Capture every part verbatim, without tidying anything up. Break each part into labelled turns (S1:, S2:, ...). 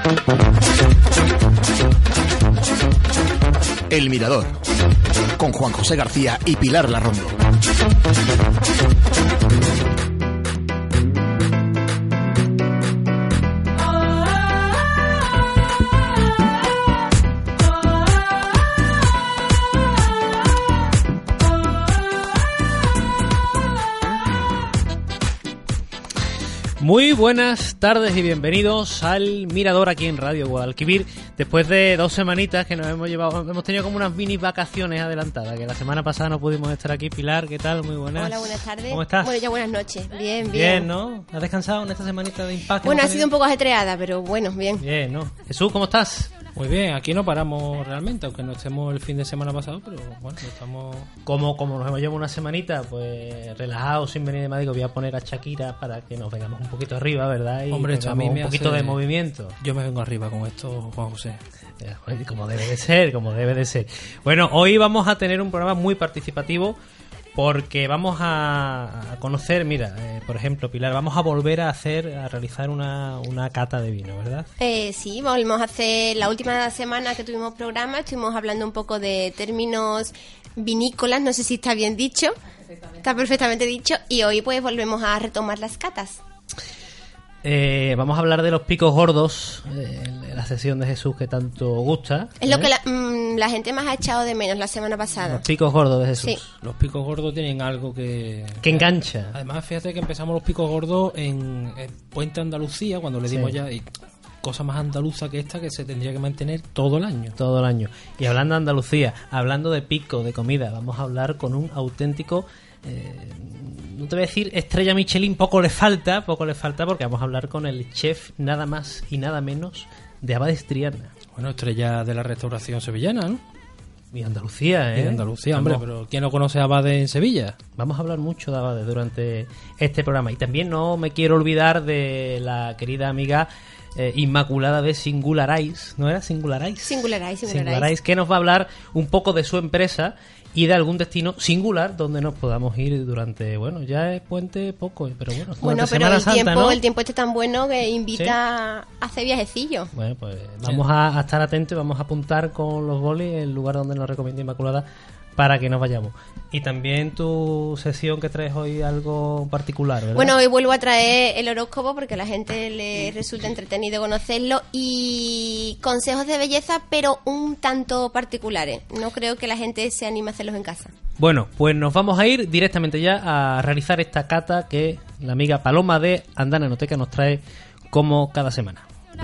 S1: El Mirador, con Juan José García y Pilar Larrondo.
S2: Muy buenas tardes y bienvenidos al Mirador aquí en Radio Guadalquivir. Después de dos semanitas que nos hemos llevado, hemos tenido como unas mini vacaciones adelantadas, que la semana pasada no pudimos estar aquí. Pilar, ¿qué tal? Muy buenas.
S3: Hola, buenas tardes.
S2: ¿Cómo estás?
S3: Bueno, ya buenas noches. Bien, bien.
S2: Bien, ¿no? ¿Has descansado en esta semanita de impacto?
S3: Bueno, ha sido un poco ajetreada, pero bueno, bien.
S2: Bien, ¿no? Jesús, ¿cómo estás?
S4: Muy bien, aquí no paramos realmente, aunque no estemos el fin de semana pasado, pero bueno, estamos...
S2: Como, como nos hemos llevado una semanita, pues relajados, sin venir de Madrid, voy a poner a Shakira para que nos vengamos un poquito arriba, ¿verdad? Y
S4: Hombre, esto a mí me
S2: un poquito
S4: hace...
S2: de movimiento.
S4: Yo me vengo arriba con esto, Juan José.
S2: Como debe de ser, como debe de ser. Bueno, hoy vamos a tener un programa muy participativo, porque vamos a, a conocer, mira, eh, por ejemplo, Pilar, vamos a volver a hacer, a realizar una, una cata de vino, ¿verdad?
S3: Eh, sí, volvimos a hacer, la última semana que tuvimos programa, estuvimos hablando un poco de términos vinícolas, no sé si está bien dicho, está perfectamente dicho, y hoy pues volvemos a retomar las catas.
S2: Eh, vamos a hablar de los picos gordos, eh, la sesión de Jesús que tanto gusta.
S3: Es
S2: ¿eh?
S3: lo que la, mmm, la gente más ha echado de menos la semana pasada.
S2: Los picos gordos de Jesús.
S3: Sí.
S4: Los picos gordos tienen algo que...
S2: Que engancha.
S4: Además, fíjate que empezamos los picos gordos en, en Puente Andalucía, cuando le dimos
S2: Sí.
S4: ya... Y cosa más andaluza que esta que se tendría que mantener todo el año.
S2: Todo el año. Y hablando de Andalucía, hablando de pico, de comida, vamos a hablar con un auténtico... Eh, no te voy a decir estrella Michelin, poco le falta, poco le falta porque vamos a hablar con el chef nada más y nada menos de Abades Triana.
S4: Bueno, estrella de la restauración sevillana, ¿no?
S2: Y Andalucía, ¿eh?
S4: Y de Andalucía, hombre,
S2: Vamos.
S4: pero ¿quién no conoce a Abades en Sevilla?
S2: Vamos a hablar mucho de Abades durante este programa. Y también no me quiero olvidar de la querida amiga eh, Inmaculada de Singularais, ¿no era Singularais?
S3: Singularais, Singularais.
S2: Singularais, que nos va a hablar un poco de su empresa y de algún destino singular donde nos podamos ir durante, bueno, ya es puente poco, pero bueno, durante
S3: Bueno, pero
S2: Semana
S3: el
S2: Santa,
S3: tiempo,
S2: ¿no?
S3: el tiempo este tan bueno que invita a hacer viajecillos.
S2: Bueno, pues vamos a, a estar atentos y vamos a apuntar con los bolis el lugar donde nos recomienda Inmaculada para que nos vayamos. Y también tu sesión que traes hoy algo particular, ¿verdad?
S3: Bueno, hoy vuelvo a traer el horóscopo porque a la gente le resulta entretenido conocerlo y consejos de belleza, pero un tanto particulares. No creo que la gente se anime a hacerlos en casa.
S2: Bueno, pues nos vamos a ir directamente ya a realizar esta cata que la amiga Paloma de Andana Enoteca nos trae como cada semana.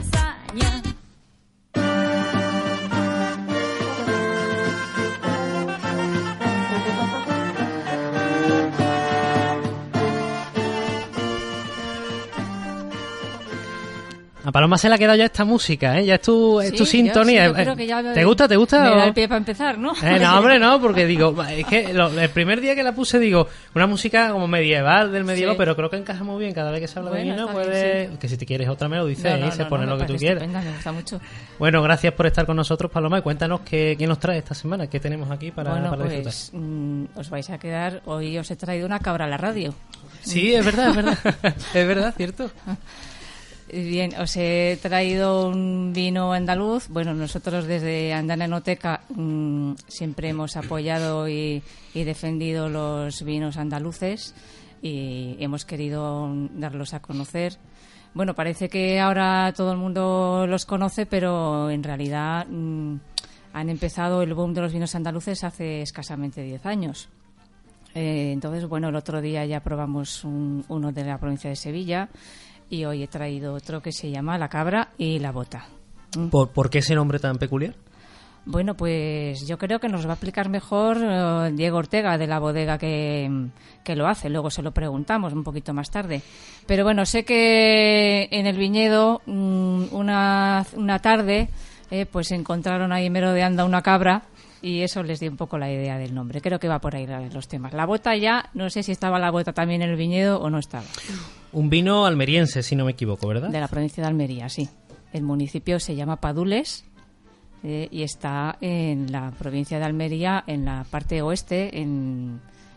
S2: A Paloma se le ha quedado ya esta música, ¿eh? Ya es tu, es
S5: Sí,
S2: tu
S5: yo
S2: sintonía.
S5: sí, yo creo que ya me-
S2: ¿Te gusta? ¿Te gusta?
S5: Me
S2: o-
S5: da el pie para empezar, ¿no?
S2: Eh, no, hombre, no, porque digo, es que lo- el primer día que la puse, digo, una música como medieval, del medievo,
S5: Sí.
S2: pero creo que encaja muy bien. Cada vez que se habla
S5: Bueno,
S2: de vino,
S5: está
S2: puede...
S5: bien,
S2: Que si te quieres otra me lo dices,
S5: No, no,
S2: ¿eh? y se
S5: no,
S2: pone
S5: no,
S2: lo
S5: me
S2: que tú
S5: parece
S2: quieras.
S5: estupenda, me gusta mucho.
S2: Bueno, gracias por estar con nosotros, Paloma, y cuéntanos qué, qué nos trae esta semana, qué tenemos aquí para,
S5: bueno,
S2: para disfrutar.
S5: pues mm, os vais a quedar, hoy os he traído una cabra a la radio.
S2: Sí, es verdad, es verdad. Es verdad, cierto.
S5: Bien, os he traído un vino andaluz. Bueno, nosotros desde Andana Enoteca mmm, siempre hemos apoyado y, y defendido los vinos andaluces y hemos querido darlos a conocer. Bueno, parece que ahora todo el mundo los conoce, pero en realidad mmm, han empezado el boom de los vinos andaluces hace escasamente diez años. Eh, entonces, bueno, el otro día ya probamos un, uno de la provincia de Sevilla. Y hoy he traído otro que se llama La Cabra y la Bota.
S2: ¿Por, ¿Por qué ese nombre tan peculiar?
S5: Bueno, pues yo creo que nos va a explicar mejor uh, Diego Ortega de la bodega que, que lo hace. Luego se lo preguntamos un poquito más tarde. Pero bueno, sé que en el viñedo um, una, una tarde eh, pues encontraron ahí merodeando una cabra y eso les dio un poco la idea del nombre. Creo que va por ahí los temas. La Bota ya, no sé si estaba la Bota también en el viñedo o no estaba.
S2: Un vino almeriense, si no me equivoco, ¿verdad?
S5: De la provincia de Almería, sí. El municipio se llama Padules eh, y está en la provincia de Almería, en la parte oeste, en,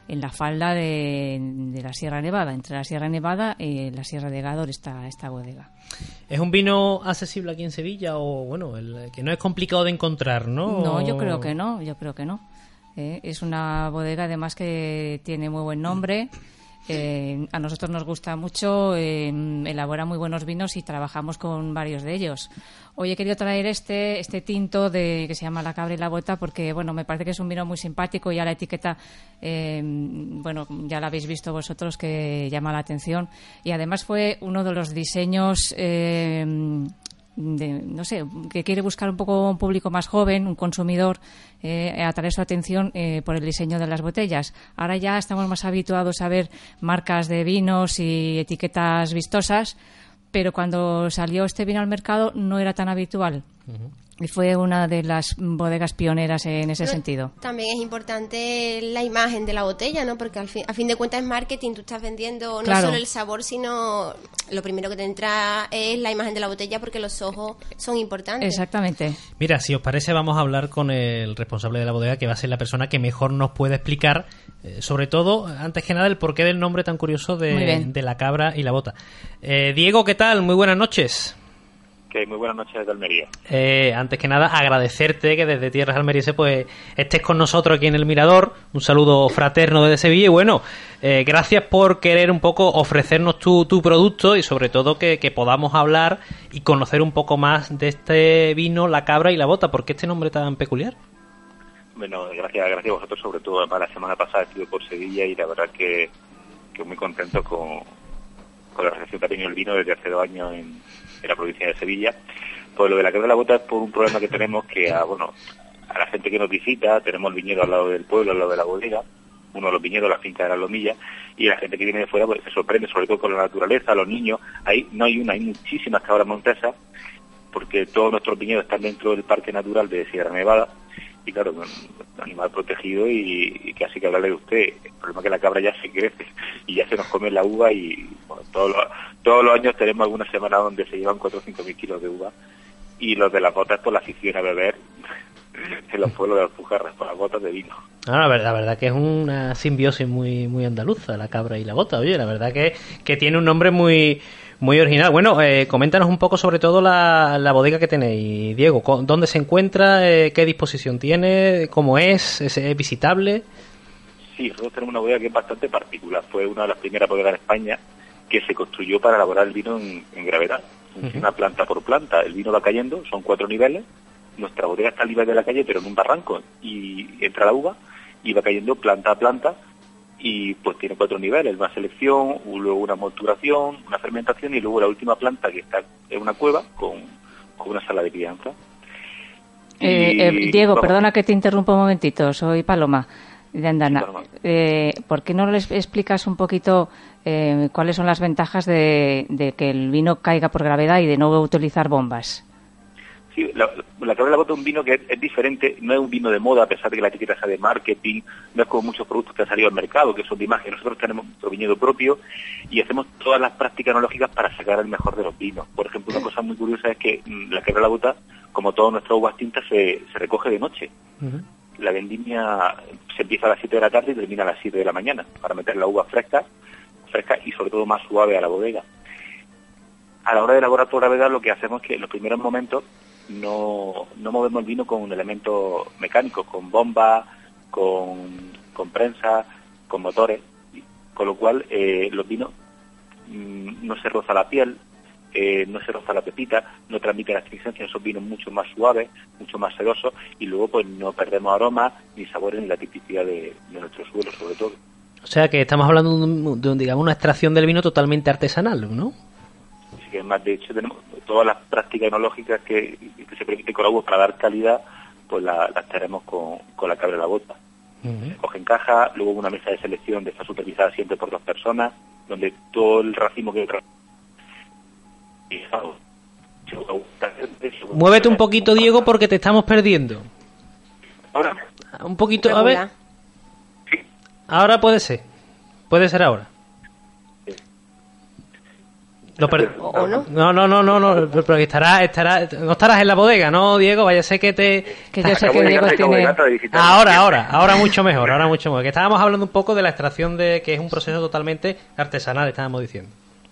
S5: en la falda de, de la Sierra Nevada, entre la Sierra Nevada y la Sierra de Gádor está esta bodega.
S2: ¿Es un vino accesible aquí en Sevilla o, bueno, el, que no es complicado de encontrar, no?
S5: No, yo creo que no, yo creo que no. Eh, es una bodega además que tiene muy buen nombre. Eh, a nosotros nos gusta mucho, eh, elabora muy buenos vinos y trabajamos con varios de ellos. Hoy he querido traer este este tinto de que se llama La Cabra y la Bota porque, bueno, me parece que es un vino muy simpático y a la etiqueta, eh, bueno, ya la habéis visto vosotros, que llama la atención. Y además fue uno de los diseños... Eh, De, no sé, que quiere buscar un poco un público más joven, un consumidor, eh, atraer su atención eh, por el diseño de las botellas. Ahora ya estamos más habituados a ver marcas de vinos y etiquetas vistosas, pero cuando salió este vino al mercado no era tan habitual. Uh-huh. Y fue una de las bodegas pioneras en ese
S3: Pero
S5: sentido.
S3: También es importante la imagen de la botella, ¿no? Porque al fin, a fin de cuentas es marketing, tú estás vendiendo no
S5: Claro.
S3: solo el sabor, sino lo primero que te entra es la imagen de la botella porque los ojos son importantes.
S5: Exactamente.
S2: Mira, si os parece, vamos a hablar con el responsable de la bodega, que va a ser la persona que mejor nos puede explicar, eh, sobre todo, antes que nada, el porqué del nombre tan curioso de, de La Cabra y la Bota. Eh, Diego, ¿qué tal? Muy buenas noches.
S6: Que muy buenas noches desde Almería.
S2: Eh, antes que nada, agradecerte que desde tierras almerienses pues estés con nosotros aquí en el Mirador. Un saludo fraterno desde Sevilla y bueno, eh, gracias por querer un poco ofrecernos tu, tu producto y sobre todo que, que podamos hablar y conocer un poco más de este vino, La Cabra y la Bota. ¿Por qué este nombre tan peculiar?
S6: Bueno, gracias, gracias a vosotros, sobre todo para la semana pasada estuve por Sevilla y la verdad que, que muy contento con, con la recepción que ha tenido el vino desde hace dos años en, en la provincia de Sevilla. Pues lo de La Cabra y la Bota es por un problema que tenemos que a, bueno, a la gente que nos visita, tenemos el viñedo al lado del pueblo, al lado de la bodega, uno de los viñedos, la finca de la Lomilla, y la gente que viene de fuera pues se sorprende, sobre todo con la naturaleza, los niños. Ahí no hay una, hay muchísimas cabras monteses, porque todos nuestros viñedos están dentro del Parque Natural de Sierra Nevada, y claro, un animal protegido y, y casi que hablarle de usted. El problema es que la cabra ya se crece y ya se nos come la uva y bueno, todos, los, todos los años tenemos algunas semanas donde se llevan cuatro o cinco mil kilos de uva y los de las botas por la afición a beber en los pueblos de Alpujarras por las botas de vino.
S2: Ah, la verdad, la verdad que es una simbiosis muy muy andaluza, La Cabra y la Bota. Oye, la verdad que, que tiene un nombre muy muy original. Bueno, eh, coméntanos un poco sobre todo la, la bodega que tenéis, Diego. ¿Dónde se encuentra? Eh, ¿Qué disposición tiene? ¿Cómo es? ¿Es, es visitable?
S6: Sí, nosotros tenemos una bodega que es bastante particular. Fue una de las primeras bodegas de España que se construyó para elaborar el vino en, en gravedad. Funciona uh-huh. planta por planta. El vino va cayendo, son cuatro niveles. Nuestra bodega está al nivel de la calle, pero en un barranco. Y entra la uva y va cayendo planta a planta. Y pues tiene cuatro niveles, una selección, luego una moturación, una fermentación y luego la última planta que está en una cueva con, con una sala de crianza.
S5: Eh, eh, Diego, vamos. Perdona que te interrumpa un momentito, soy Paloma de Andana. Sí, eh, ¿Por qué no les explicas un poquito eh, cuáles son las ventajas de, de que el vino caiga por gravedad y de no utilizar bombas?
S6: Sí, la, la Cabra y la Bota es un vino que es, es diferente, no es un vino de moda, a pesar de que la etiqueta sea de marketing, no es como muchos productos que han salido al mercado, que son de imagen. Nosotros tenemos nuestro viñedo propio y hacemos todas las prácticas enológicas para sacar el mejor de los vinos. Por ejemplo, una cosa muy curiosa es que mmm, la Cabra y la Bota, como todas nuestras uvas tintas, se, se recoge de noche. Uh-huh. La vendimia se empieza a las siete de la tarde y termina a las siete de la mañana, para meter la uva fresca, fresca y sobre todo más suave a la bodega. A la hora de elaborar por gravedad lo que hacemos es que en los primeros momentos no, no movemos el vino con elementos mecánicos, con bombas, con, con prensa, con motores, con lo cual eh, los vinos mmm, no se roza la piel, eh, no se roza la pepita, no transmite la astringencia, son vinos mucho más suaves, mucho más sedosos y luego pues no perdemos aromas, ni sabores, ni la tipicidad de, de nuestro suelo sobre todo.
S2: O sea que estamos hablando de, un, de un, digamos, una extracción del vino totalmente artesanal, ¿no?
S6: Así que más de hecho tenemos todas las prácticas enológicas que, que se permiten con la uva para dar calidad, pues la, las tenemos con, con la Cabra y la Bota. Uh-huh. Se coge en caja, luego una mesa de selección que está supervisada siempre por dos personas, donde todo el racimo que...
S2: Muévete un poquito, Diego, porque te estamos perdiendo.
S6: ¿Ahora?
S2: Un poquito, a ver. Sí. Ahora puede ser. Puede ser ahora. Lo per...
S3: ¿O, o no?
S2: No, no, no, no, no, pero estará, estará, no estarás en la bodega, ¿no, Diego? Vaya a ser que te...
S5: Que yo sé
S6: Acabo
S5: que
S6: de
S5: Diego
S6: llegar y acabo de
S5: tiene...
S6: llegar para visitar.
S2: Ahora, ahora, ahora mucho mejor, ahora mucho mejor. Que estábamos hablando un poco de la extracción de, que es un proceso totalmente artesanal, estábamos diciendo.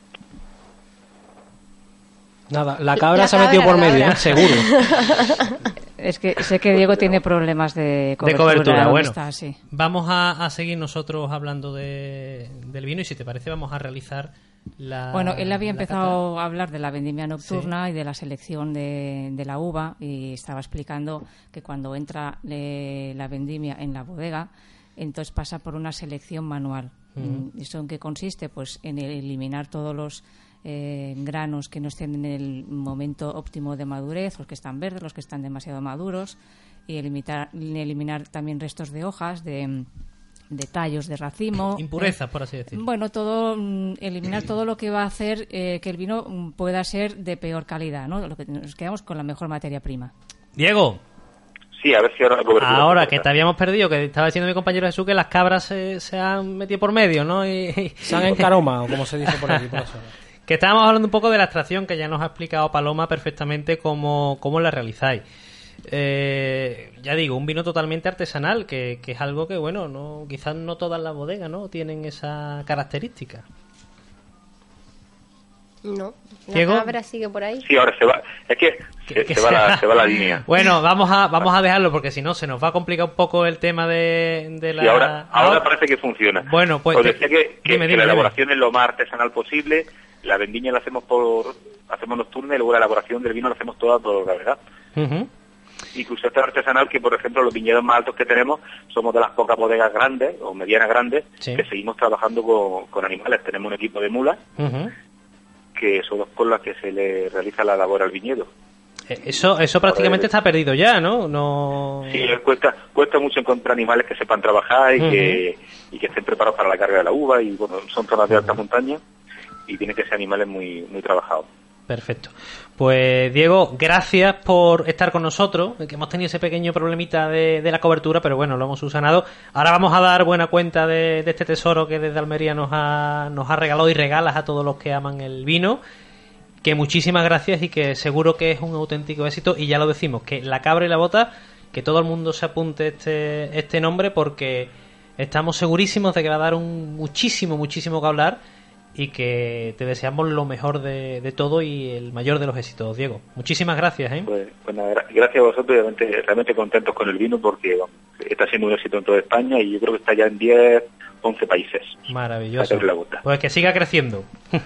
S4: Nada, la cabra
S3: La
S4: se ha metido
S3: cabra,
S4: por
S3: la
S4: medio,
S3: cabra.
S4: ¿eh? Seguro.
S5: Es que sé que Diego tiene problemas de cobertura.
S2: De cobertura,
S5: ¿dónde
S2: bueno.
S5: está? Sí.
S2: Vamos a, a seguir nosotros hablando de, del vino y si te parece vamos a realizar la...
S5: Bueno, él había
S2: la
S5: empezado a hablar de la vendimia nocturna y de la selección de, de la uva y estaba explicando que cuando entra eh, la vendimia en la bodega, entonces pasa por una selección manual.
S2: Ujú.
S5: ¿Eso en qué consiste? Pues en el eliminar todos los eh, granos que no estén en el momento óptimo de madurez, los que están verdes, los que están demasiado maduros, y eliminar, eliminar también restos de hojas, de, de tallos de racimo.
S2: Impurezas, por así decirlo.
S5: Bueno, todo mm, eliminar todo lo que va a hacer eh, que el vino mm, pueda ser de peor calidad, ¿no? Lo que nos quedamos con la mejor materia prima.
S2: Diego,
S6: Sí, a ver si ahora la cobertura...
S2: ahora
S6: se
S2: que
S6: corta.
S2: te habíamos perdido, que estaba diciendo mi compañero Jesús que las cabras se, se han metido por medio, ¿no? Y, y-
S4: Se han encaromado, como se dice por aquí, por la zona.
S2: que estábamos hablando un poco de la extracción, que ya nos ha explicado Paloma perfectamente cómo, cómo la realizáis. Eh, ya digo, un vino totalmente artesanal, que, que es algo que, bueno, no quizás no todas las bodegas, ¿no?, tienen esa característica.
S3: No, la
S2: Diego.
S3: cabra sigue por ahí.
S6: Sí, ahora se va... Es que
S2: Que-
S6: se,
S2: que
S6: se va, la, se va la línea.
S2: Bueno, vamos a vamos a dejarlo porque si no se nos va a complicar un poco el tema de, de la...
S6: Sí, ahora, ahora parece que funciona.
S2: Bueno, pues...
S6: Os
S2: te-
S6: decía que, que-
S2: dime,
S6: que
S2: dime,
S6: la
S2: dime.
S6: elaboración es lo más artesanal posible. La vendimia la hacemos por hacemos nocturna y luego la elaboración del vino la hacemos toda por gravedad.
S2: Ujú.
S6: Incluso este artesanal que, por ejemplo, los viñedos más altos que tenemos somos de las pocas bodegas grandes o medianas grandes
S2: Sí.
S6: que seguimos trabajando con, con animales. Tenemos un equipo de mulas
S2: Ujú.
S6: que son los con las que se le realiza la labor al viñedo.
S2: Eh, Eso, eso prácticamente está perdido ya, ¿no? No...
S6: Sí, cuesta cuesta mucho encontrar animales que sepan trabajar y,
S2: Ujú.
S6: que, y que estén preparados para la carga de la uva. Y bueno, son zonas de alta montaña y tienen que ser animales muy muy trabajados.
S2: Perfecto. Pues Diego, gracias por estar con nosotros, que hemos tenido ese pequeño problemita de, de la cobertura, pero bueno, lo hemos subsanado. Ahora vamos a dar buena cuenta de, de este tesoro que desde Almería nos ha, nos ha regalado y regalas a todos los que aman el vino. Que muchísimas gracias y que seguro que es un auténtico éxito. Y ya lo decimos, que la cabra y la bota, que todo el mundo se apunte este, este nombre porque estamos segurísimos de que va a dar un muchísimo, muchísimo que hablar. Y que te deseamos lo mejor de, de todo y el mayor de los éxitos, Diego. Muchísimas gracias, ¿eh?
S6: Pues, pues nada, gra- gracias a vosotros y realmente, realmente contentos con el vino porque vamos, está siendo un éxito en toda España y yo creo que está ya en diez, once países.
S2: Maravilloso.
S6: A darle la vuelta.
S2: Pues que siga creciendo.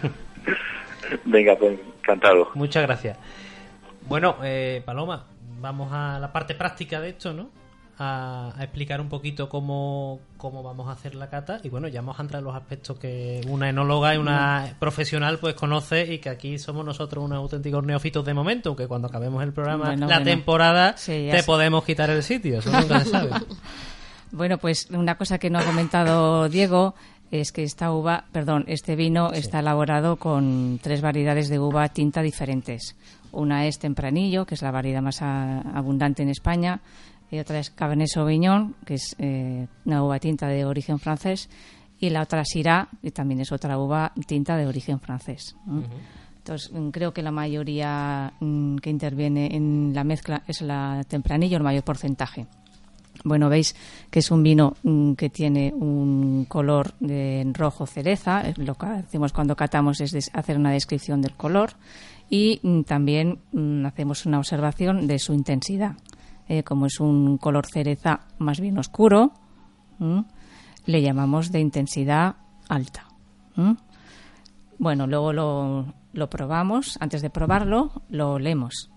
S6: Venga, pues encantado.
S2: Muchas gracias. Bueno, eh, Paloma, vamos a la parte práctica de esto, ¿no? A, a explicar un poquito cómo, cómo vamos a hacer la cata y bueno, ya vamos a entrar en los aspectos que una enóloga y una profesional pues conoce y que aquí somos nosotros unos auténticos neófitos de momento, aunque cuando acabemos el programa,
S5: Bueno,
S2: la
S5: bueno.
S2: temporada,
S5: Sí, ya
S2: te
S5: sé.
S2: podemos quitar el sitio, eso nunca se sabe.
S5: Bueno, pues una cosa que no ha comentado Diego es que esta uva, perdón, este vino está elaborado con tres variedades de uva tinta diferentes. Una es Tempranillo, que es la variedad más a- abundante en España, y otra es Cabernet Sauvignon, que es eh, una uva tinta de origen francés, y la otra Syrah, que también es otra uva tinta de origen francés. ¿no? Entonces, mm, creo que la mayoría mm, que interviene en la mezcla es la Tempranillo, el mayor porcentaje. Bueno, veis que es un vino mm, que tiene un color de rojo cereza. Eh, Lo que hacemos cuando catamos es des- hacer una descripción del color y mm, también mm, hacemos una observación de su intensidad. Eh, como es un color cereza más bien oscuro, ¿m? le llamamos de intensidad alta. ¿m? Bueno, luego lo, lo probamos. Antes de probarlo, lo olemos.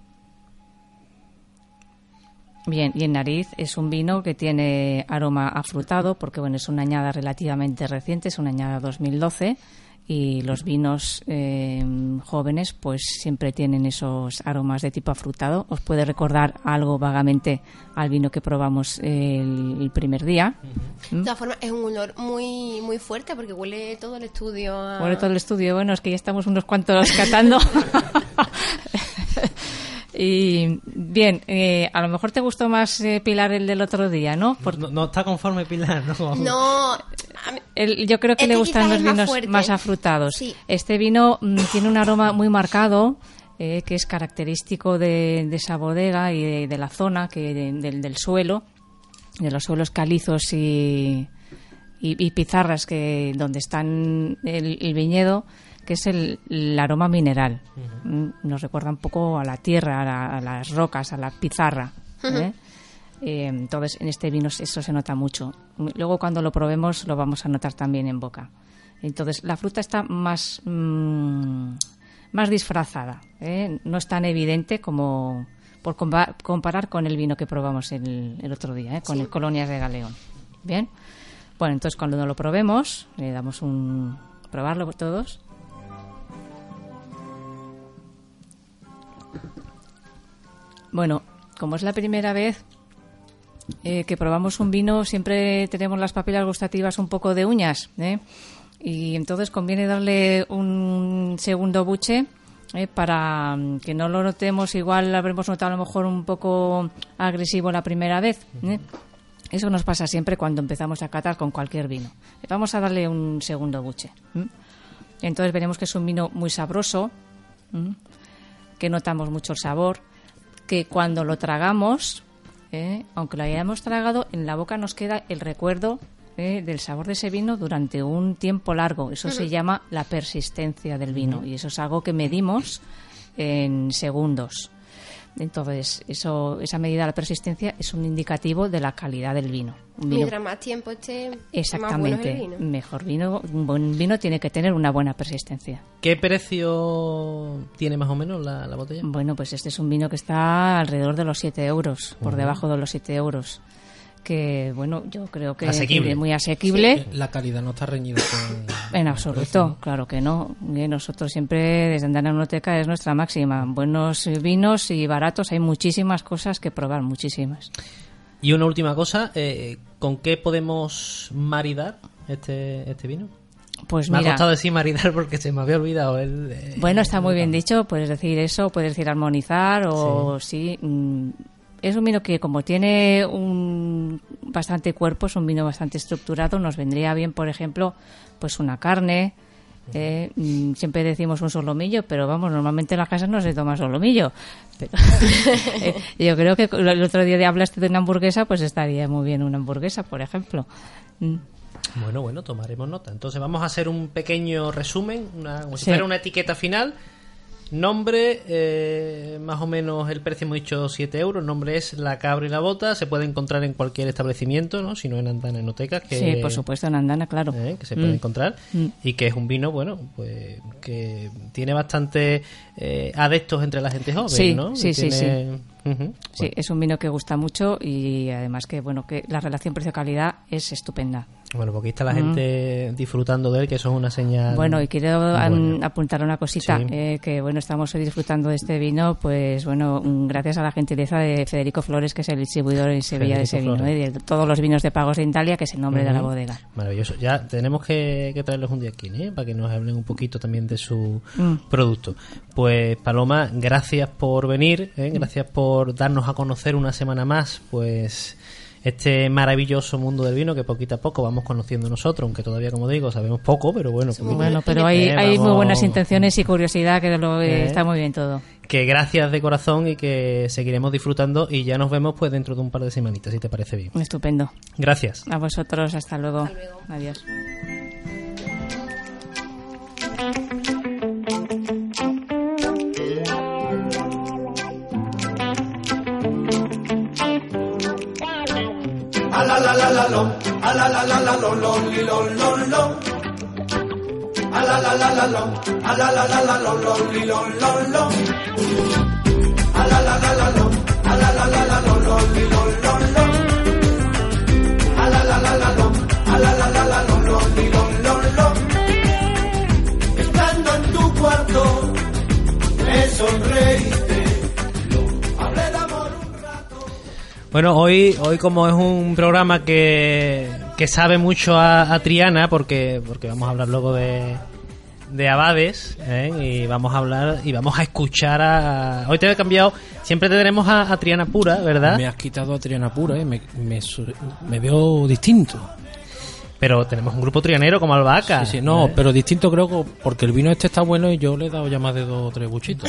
S5: Bien, y en nariz es un vino que tiene aroma afrutado, porque bueno, es una añada relativamente reciente, es una añada dos mil doce, y los vinos eh, jóvenes pues siempre tienen esos aromas de tipo afrutado. Os puede recordar algo vagamente al vino que probamos el, el primer día.
S3: De todas formas, es un olor muy muy fuerte porque huele todo el estudio a...
S5: Huele todo el estudio. Bueno, es que ya estamos unos cuantos catando. Y bien, eh, a lo mejor te gustó más eh, Pilar el del otro día, ¿no? Por...
S2: No, no está conforme Pilar, ¿no?
S3: No,
S5: El, yo creo que
S3: este
S5: le gustan los
S3: quizás es más
S5: vinos
S3: fuerte.
S5: más afrutados.
S3: Sí.
S5: Este vino mm, tiene un aroma muy marcado, eh, que es característico de, de esa bodega y de, de la zona, que de- del, del suelo, de los suelos calizos y, y, y pizarras que donde están el, el viñedo, que es el, el aroma mineral. Mm, Nos recuerda un poco a la tierra, a, la- a las rocas, a la pizarra. ¿eh? Eh, entonces, en este vino eso se nota mucho. Luego, cuando lo probemos, lo vamos a notar también en boca. Entonces, la fruta está más, mm, más disfrazada. ¿eh? No es tan evidente como por compa- comparar con el vino que probamos el, el otro día, ¿eh? con el Colonias de Galeón. Bien. Bueno, entonces, cuando lo probemos, le damos un... probarlo todos. Bueno, como es la primera vez eh, que probamos un vino, siempre tenemos las papilas gustativas un poco de uñas, ¿eh? Y entonces conviene darle un segundo buche eh, para mm, que no lo notemos. Igual lo habremos notado a lo mejor un poco agresivo la primera vez, ¿eh? Eso nos pasa siempre cuando empezamos a catar con cualquier vino. Vamos a darle un segundo buche. ¿eh? Entonces veremos que es un vino muy sabroso, ¿eh? Que notamos mucho el sabor, que cuando lo tragamos, eh, aunque lo hayamos tragado, en la boca nos queda el recuerdo eh, del sabor de ese vino durante un tiempo largo. Eso se llama la persistencia del vino, y eso es algo que medimos en segundos. Entonces, eso, esa medida de la persistencia es un indicativo de la calidad del vino. Un vino
S3: Mientras más tiempo esté, más bueno es
S5: exactamente,
S3: el vino.
S5: mejor vino. Un buen vino tiene que tener una buena persistencia.
S2: ¿Qué precio tiene más o menos la, la botella?
S5: Bueno, pues este es un vino que está alrededor de los siete euros, por debajo de los siete euros. Que, bueno, yo creo que
S2: Asequible.
S5: es muy asequible.
S4: La calidad no está reñida con...
S5: En absoluto, claro que no. Eh, Nosotros siempre, desde Andana Enoteca, es nuestra máxima. Buenos vinos y baratos, hay muchísimas cosas que probar, muchísimas.
S2: Y una última cosa, eh, ¿con qué podemos maridar este, este vino?
S5: Pues
S2: Me
S5: mira,
S2: ha costado decir maridar porque se me había olvidado el... eh,
S5: bueno, está muy bien dicho, puedes decir eso, puedes decir armonizar o sí. mm, es un vino que, como tiene un bastante cuerpo, es un vino bastante estructurado, nos vendría bien, por ejemplo, pues una carne. Eh, mm, siempre decimos un solomillo, pero vamos, normalmente en las casas no se toma solomillo. Pero, eh, yo creo que el otro día hablaste de una hamburguesa, pues estaría muy bien una hamburguesa, por ejemplo. Mm.
S2: Bueno, bueno, tomaremos nota. Entonces vamos a hacer un pequeño resumen, una, como si
S5: Sí.
S2: fuera una etiqueta final. Nombre, eh, más o menos el precio hemos dicho siete euros. El nombre es La Cabra y la Bota. Se puede encontrar en cualquier establecimiento, ¿no? Si no en Andana Enotecas. Que,
S5: Sí, por supuesto, en Andana, claro.
S2: eh, que se puede
S5: Mm.
S2: encontrar.
S5: Mm.
S2: Y que es un vino, bueno, pues que tiene bastante eh, adeptos entre la gente joven,
S5: Sí,
S2: ¿no?
S5: sí,
S2: Y
S5: sí,
S2: tiene- Ujú.
S5: Sí, es un vino que gusta mucho y además que, bueno, que la relación precio-calidad es estupenda.
S2: Bueno, porque aquí está la gente disfrutando de él, que eso es una señal.
S5: Bueno, y quiero an-
S2: buena.
S5: apuntar una cosita,
S2: Sí.
S5: eh, que bueno, estamos hoy disfrutando de este vino, pues bueno, mm, gracias a la gentileza de Federico Flores, que es el distribuidor en Sevilla de ese
S2: Federico
S5: vino,
S2: Flores.
S5: eh, de todos los vinos de Pagos de Italia, que es el nombre de la
S2: Ujú.
S5: bodega.
S2: Maravilloso. Ya tenemos que, que traerlos un día aquí, ¿eh? Para que nos hablen un poquito también de su
S5: Mm.
S2: producto. Pues Paloma, gracias por venir, ¿eh? Gracias por darnos a conocer una semana más, pues este maravilloso mundo del vino que poquito a poco vamos conociendo nosotros, aunque todavía, como digo, sabemos poco, pero bueno, poquito-
S5: Bueno, pero hay,
S2: Eh,
S5: hay muy
S2: vamos-
S5: buenas intenciones y curiosidad, que lo, eh,
S2: Eh.
S5: está muy bien todo.
S2: que gracias de corazón y que seguiremos disfrutando y ya nos vemos pues dentro de un par de semanitas, si te parece bien.
S5: Estupendo.
S2: Gracias.
S5: A vosotros, hasta luego.
S3: Hasta luego.
S5: Adiós.
S7: A la la la la lo, a la la la la lo lo li lo lo lo. A la la la la lo, a la la la la lo lo li lo lo lo. A la la la la lo, a la la la la lo lo li lo lo lo. A la la la la lo, a la la la la lo lo li lo lo lo. Estando en tu cuarto, me sonreíste. Hablé de amor un rato.
S2: Bueno, hoy, hoy como es un programa que, que sabe mucho a, a Triana, porque, porque vamos a hablar luego de, de abades, ¿eh? Y vamos a hablar y vamos a escuchar a... Hoy te he cambiado, siempre tendremos a, a Triana Pura, ¿verdad?
S4: Me has quitado a Triana Pura, ¿eh? me, me, me veo distinto.
S2: Pero tenemos un grupo trianero como Albahaca.
S4: Sí, sí, no,
S2: ¿eh?
S4: pero distinto creo que porque el vino este está bueno y yo le he dado ya más de dos o tres buchitos.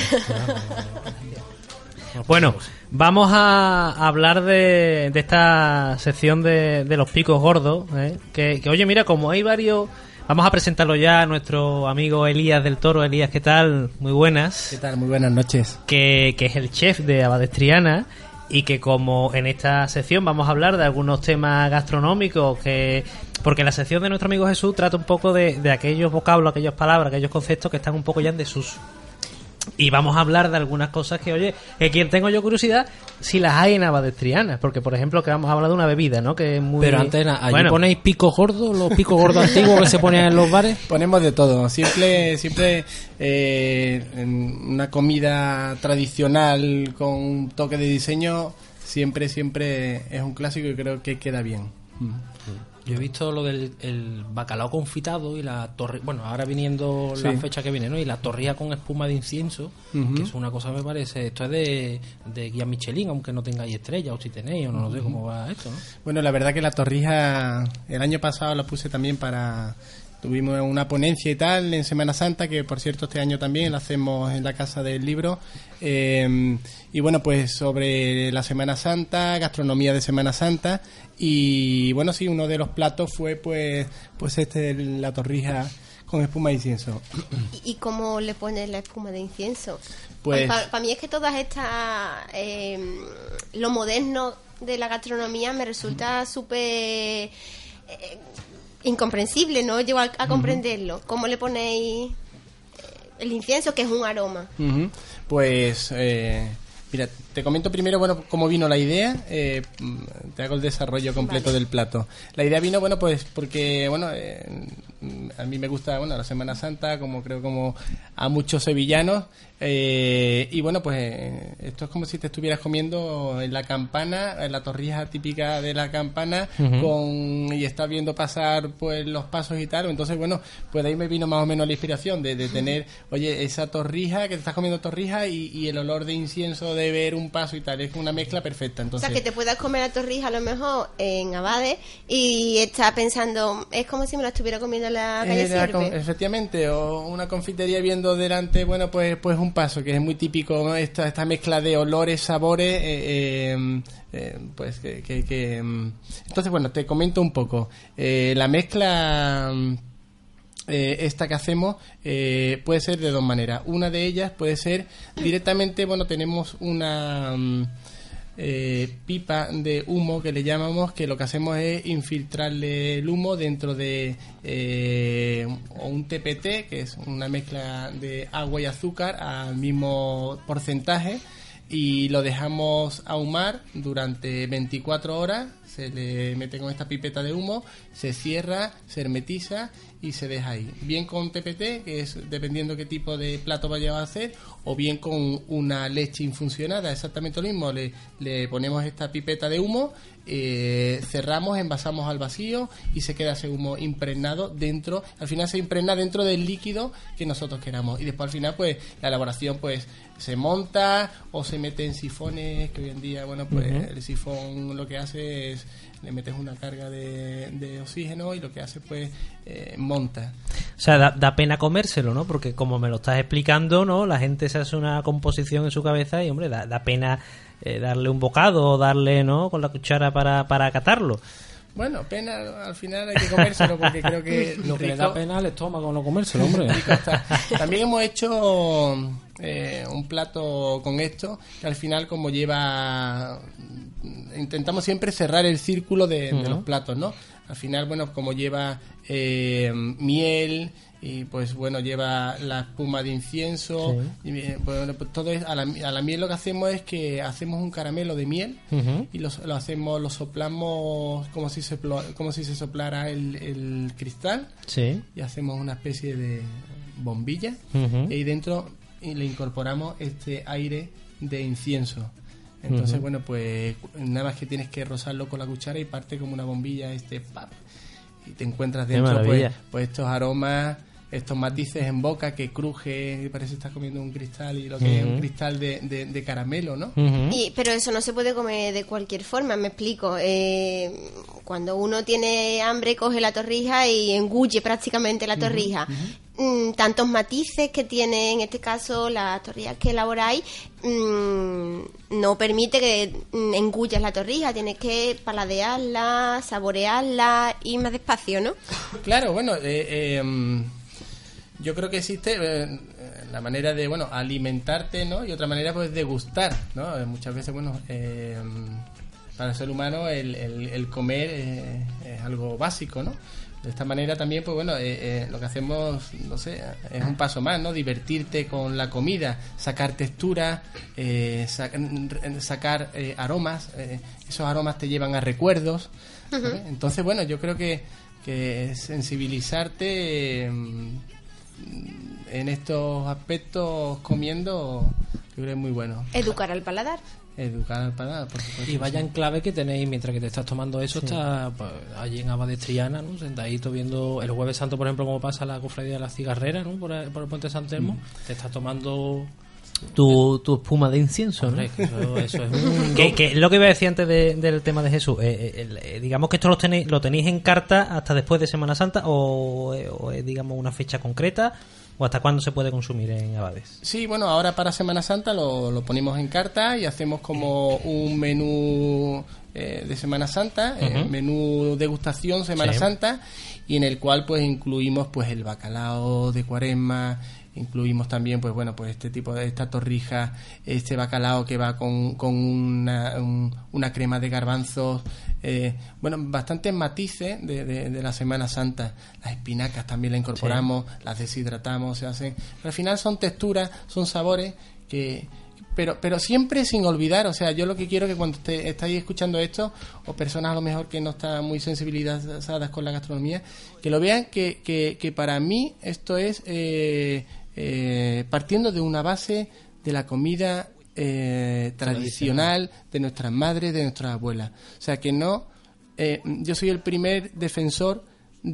S2: Bueno, vamos a hablar de, de esta sección de, de los picos gordos, ¿eh? que, que oye, mira, como hay varios... Vamos a presentarlo ya a nuestro amigo Elías del Toro. Elías, ¿qué tal? Muy buenas.
S8: ¿Qué tal? Muy buenas noches.
S2: Que, que es el chef de Abades Triana y que como en esta sección vamos a hablar de algunos temas gastronómicos, que porque la sección de nuestro amigo Jesús trata un poco de, de aquellos vocablos, aquellas palabras, aquellos conceptos que están un poco ya en desuso. Y vamos a hablar de algunas cosas que, oye, que quien tengo yo curiosidad, si las hay en Abades Triana. Porque, por ejemplo, que vamos a hablar de una bebida, ¿no? Que es muy...
S4: Pero antes, ¿allí
S2: bueno,
S4: ponéis picos gordos, los picos gordos antiguos que se ponían en los bares?
S8: Ponemos de todo. Siempre, siempre eh, en una comida tradicional con un toque de diseño, siempre, siempre es un clásico y creo que queda bien.
S4: Yo he visto lo del el bacalao confitado y la torre, bueno, ahora viniendo
S8: Sí.
S4: la fecha que viene, ¿no? Y la torrilla con espuma de incienso,
S8: Uh-huh.
S4: que es una cosa, me parece, esto es de, de guía Michelin, aunque no tengáis estrella, o si tenéis, o no, no sé cómo va esto, ¿no?
S8: Bueno, la verdad que la torrija, el año pasado la puse también para... Tuvimos una ponencia y tal en Semana Santa, que por cierto este año también la hacemos en la Casa del Libro. Eh, y bueno, pues sobre la Semana Santa, gastronomía de Semana Santa. Y bueno, sí, uno de los platos fue pues pues este, la torrija con espuma de incienso.
S3: ¿Y cómo le pones la espuma de incienso?
S8: Pues
S3: Para mí es que todas estas... Eh, lo moderno de la gastronomía me resulta súper... Eh, incomprensible, no llego a, a comprenderlo. ¿Cómo le ponéis eh, el incienso, que es un aroma?
S8: Uh-huh. Pues, eh, mira, te comento primero, bueno, cómo vino la idea. Eh, te hago el desarrollo completo
S3: Vale.
S8: del plato. La idea vino, bueno, pues porque, bueno, eh, a mí me gusta, bueno, la Semana Santa, como creo como a muchos sevillanos. Eh, y bueno, pues eh, esto es como si te estuvieras comiendo en la campana, en la torrija típica de la campana,
S2: Uh-huh.
S8: con y estás viendo pasar pues los pasos y tal. Entonces, bueno, pues de ahí me vino más o menos la inspiración de, de tener, oye, esa torrija, que te estás comiendo torrija y, y el olor de incienso de ver un paso y tal. Es una mezcla perfecta. Entonces,
S3: O sea, que te puedas comer la torrija a lo mejor en Abades y estás pensando, es como si me la estuviera comiendo en la calle
S8: Era
S3: Sierpe.
S8: con- efectivamente, o una confitería viendo delante, bueno, pues pues un paso, que es muy típico, ¿no? Esta, esta mezcla de olores, sabores, eh, eh, eh, pues que... que, que, mm. Entonces, bueno, te comento un poco. Eh, la mezcla... mm, eh, esta que hacemos eh, puede ser de dos maneras. Una de ellas puede ser directamente, bueno, tenemos una... mm, Eh, pipa de humo que le llamamos, que lo que hacemos es infiltrarle el humo dentro de eh, un T P T, que es una mezcla de agua y azúcar al mismo porcentaje, y lo dejamos ahumar durante veinticuatro horas. Se le mete con esta pipeta de humo, se cierra, se hermetiza y se deja ahí. Bien con T P T, que es dependiendo qué tipo de plato vayamos a hacer, o bien con una leche infusionada, exactamente lo mismo. Le, le ponemos esta pipeta de humo, eh, cerramos, envasamos al vacío y se queda ese humo impregnado dentro. Al final se impregna dentro del líquido que nosotros queramos. Y después al final, pues, la elaboración, pues, se monta o se mete en sifones, que hoy en día, bueno, pues,
S2: Uh-huh.
S8: el sifón lo que hace es le metes una carga de, de oxígeno y lo que hace, pues, eh, monta.
S2: O sea, da, da pena comérselo, ¿no? Porque como me lo estás explicando, ¿no? La gente se hace una composición en su cabeza y, hombre, da, da pena eh, darle un bocado o darle, ¿no? Con la cuchara para, para acatarlo.
S8: Bueno, pena, al final hay que comérselo porque creo que
S4: Lo que le
S8: rico-
S4: da pena al estómago no comérselo, hombre.
S8: rico está. También hemos hecho eh, un plato con esto, que al final, como lleva... Intentamos siempre cerrar el círculo de, de
S2: Uh-huh.
S8: los platos, ¿no? Al final, bueno, como lleva eh, miel y pues bueno, lleva la espuma de incienso,
S2: Sí.
S8: y, eh, bueno, pues todo es, a, la, a la miel lo que hacemos es que hacemos un caramelo de miel
S2: Uh-huh.
S8: y lo, lo hacemos, lo soplamos como si se plo- como si se soplara el, el cristal,
S2: Sí.
S8: y hacemos una especie de bombilla,
S2: Uh-huh.
S8: y ahí dentro y le incorporamos este aire de incienso. Entonces,
S2: Ujú.
S8: bueno, pues nada más que tienes que rozarlo con la cuchara y parte como una bombilla, este pap, y te encuentras
S2: Qué
S8: dentro, pues,
S2: maravilla.
S8: pues estos aromas estos matices en boca que cruje, parece que estás comiendo un cristal y lo que
S2: Uh-huh.
S8: es un cristal de, de, de caramelo, ¿no?
S2: Uh-huh.
S3: Y, pero eso no se puede comer de cualquier forma, me explico. Eh, cuando uno tiene hambre, coge la torrija y engulle prácticamente la torrija. Uh-huh. Mm, tantos matices que tiene, en este caso, las torrijas que elaboráis, mm, no permite que mm, engullas la torrija. Tienes que paladearla, saborearla y más despacio, ¿no?
S8: Claro, bueno, eh, eh, yo creo que existe eh, la manera de, bueno, alimentarte, ¿no? Y otra manera, pues, de gustar, ¿no? Eh, muchas veces, bueno, eh, para el ser humano el, el, el comer eh, es algo básico, ¿no? De esta manera también, pues bueno, eh, eh, lo que hacemos, no sé, es un paso más, ¿no? Divertirte con la comida, sacar textura, eh, sa- sacar eh, aromas, eh, esos aromas te llevan a recuerdos, ¿sabes? Uh-huh. Entonces, bueno, yo creo que, que sensibilizarte eh, en estos aspectos comiendo, yo creo que es muy bueno.
S3: Educar al paladar.
S8: Educar al paladar, por supuesto.
S4: Y vaya
S8: sí.
S4: en clave que tenéis, mientras que te estás tomando eso, sí. Estás pues, allí en Abades Triana, ¿no? Sentadito viendo el Jueves Santo, por ejemplo, como pasa la cofradía de las cigarreras, ¿no? Por el, por el puente de San Telmo. Mm. Te estás tomando
S2: tu, tu espuma de incienso, ¿no?
S4: Eso, eso es un...
S2: que, que lo que iba a decir antes de, del tema de Jesús, eh, eh, eh, digamos que esto lo tenéis, lo tenéis en carta hasta después de Semana Santa o, eh, o es, digamos, una fecha concreta. ¿O hasta cuándo se puede consumir en Abades?
S8: Sí, bueno, ahora para Semana Santa lo, lo ponemos en carta y hacemos como un menú eh, de Semana Santa, uh-huh. eh, menú degustación Semana sí. Santa, y en el cual pues incluimos pues el bacalao de Cuaresma, incluimos también pues bueno pues este tipo de esta torrija, este bacalao que va con, con una, un, una crema de garbanzos, eh, bueno, bastantes matices de, de, de la Semana Santa. Las espinacas también las incorporamos, sí. las deshidratamos, se hacen, pero al final son texturas, son sabores que pero pero siempre sin olvidar, o sea, yo lo que quiero es que cuando te, estáis escuchando esto, o personas a lo mejor que no están muy sensibilizadas con la gastronomía, que lo vean que, que, que para mí esto es eh, eh, partiendo de una base de la comida eh, tradicional de nuestras madres, de nuestras abuelas. O sea, que no, eh, yo soy el primer defensor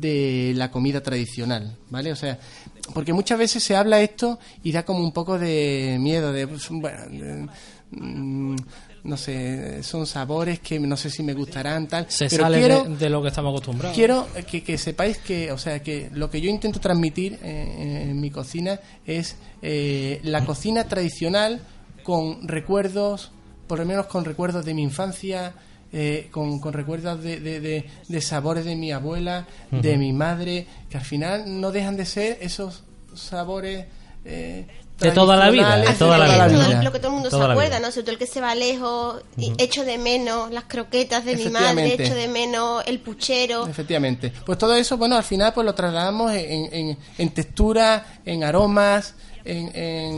S8: de la comida tradicional, ¿vale? O sea, porque muchas veces se habla esto y da como un poco de miedo, de, pues, bueno, de, mm, no sé, son sabores que no sé si me gustarán, tal.
S4: Se
S8: pero
S4: sale
S8: quiero,
S4: de, de lo que estamos acostumbrados.
S8: Quiero que, que sepáis que, o sea, que lo que yo intento transmitir eh, en mi cocina es eh, la cocina tradicional con recuerdos, por lo menos con recuerdos de mi infancia, Eh, con, con recuerdos de, de, de, de sabores de mi abuela, uh-huh. de mi madre, que al final no dejan de ser esos sabores eh,
S2: de toda la vida, de toda la vida.
S3: Todo lo que todo el mundo toda se acuerda, ¿no? Sobre todo el que se va lejos, y uh-huh. echo de menos las croquetas de mi madre, echo de menos el puchero.
S8: Efectivamente. Pues todo eso, bueno, al final pues lo trasladamos en, en, en textura, en aromas, en,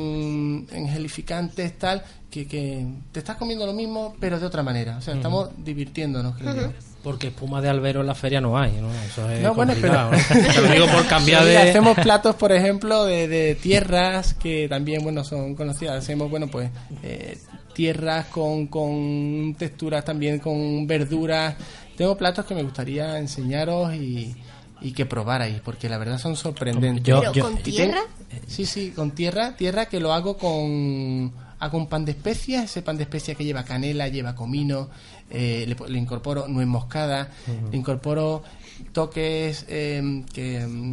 S8: en, en gelificantes, tal, que, que te estás comiendo lo mismo, pero de otra manera. O sea, uh-huh. estamos divirtiéndonos, creo uh-huh. yo.
S4: Porque espuma de albero en la feria no hay, ¿no? Eso es
S8: no, bueno,
S4: complicado,
S8: pero...
S4: ¿no? Te lo digo por cambiar
S8: sí,
S4: de...
S8: Hacemos platos, por ejemplo, de, de tierras que también, bueno, son conocidas. Hacemos, bueno, pues eh, tierras con, con texturas también, con verduras. Tengo platos que me gustaría enseñaros y... y que probarais, porque la verdad son sorprendentes.
S3: Yo, ¿Pero yo, con tierra?
S8: Ten, sí, sí, con tierra, tierra que lo hago con hago un pan de especias, ese pan de especias que lleva canela, lleva comino, eh, le, le incorporo nuez moscada, uh-huh. le incorporo toques eh, que um,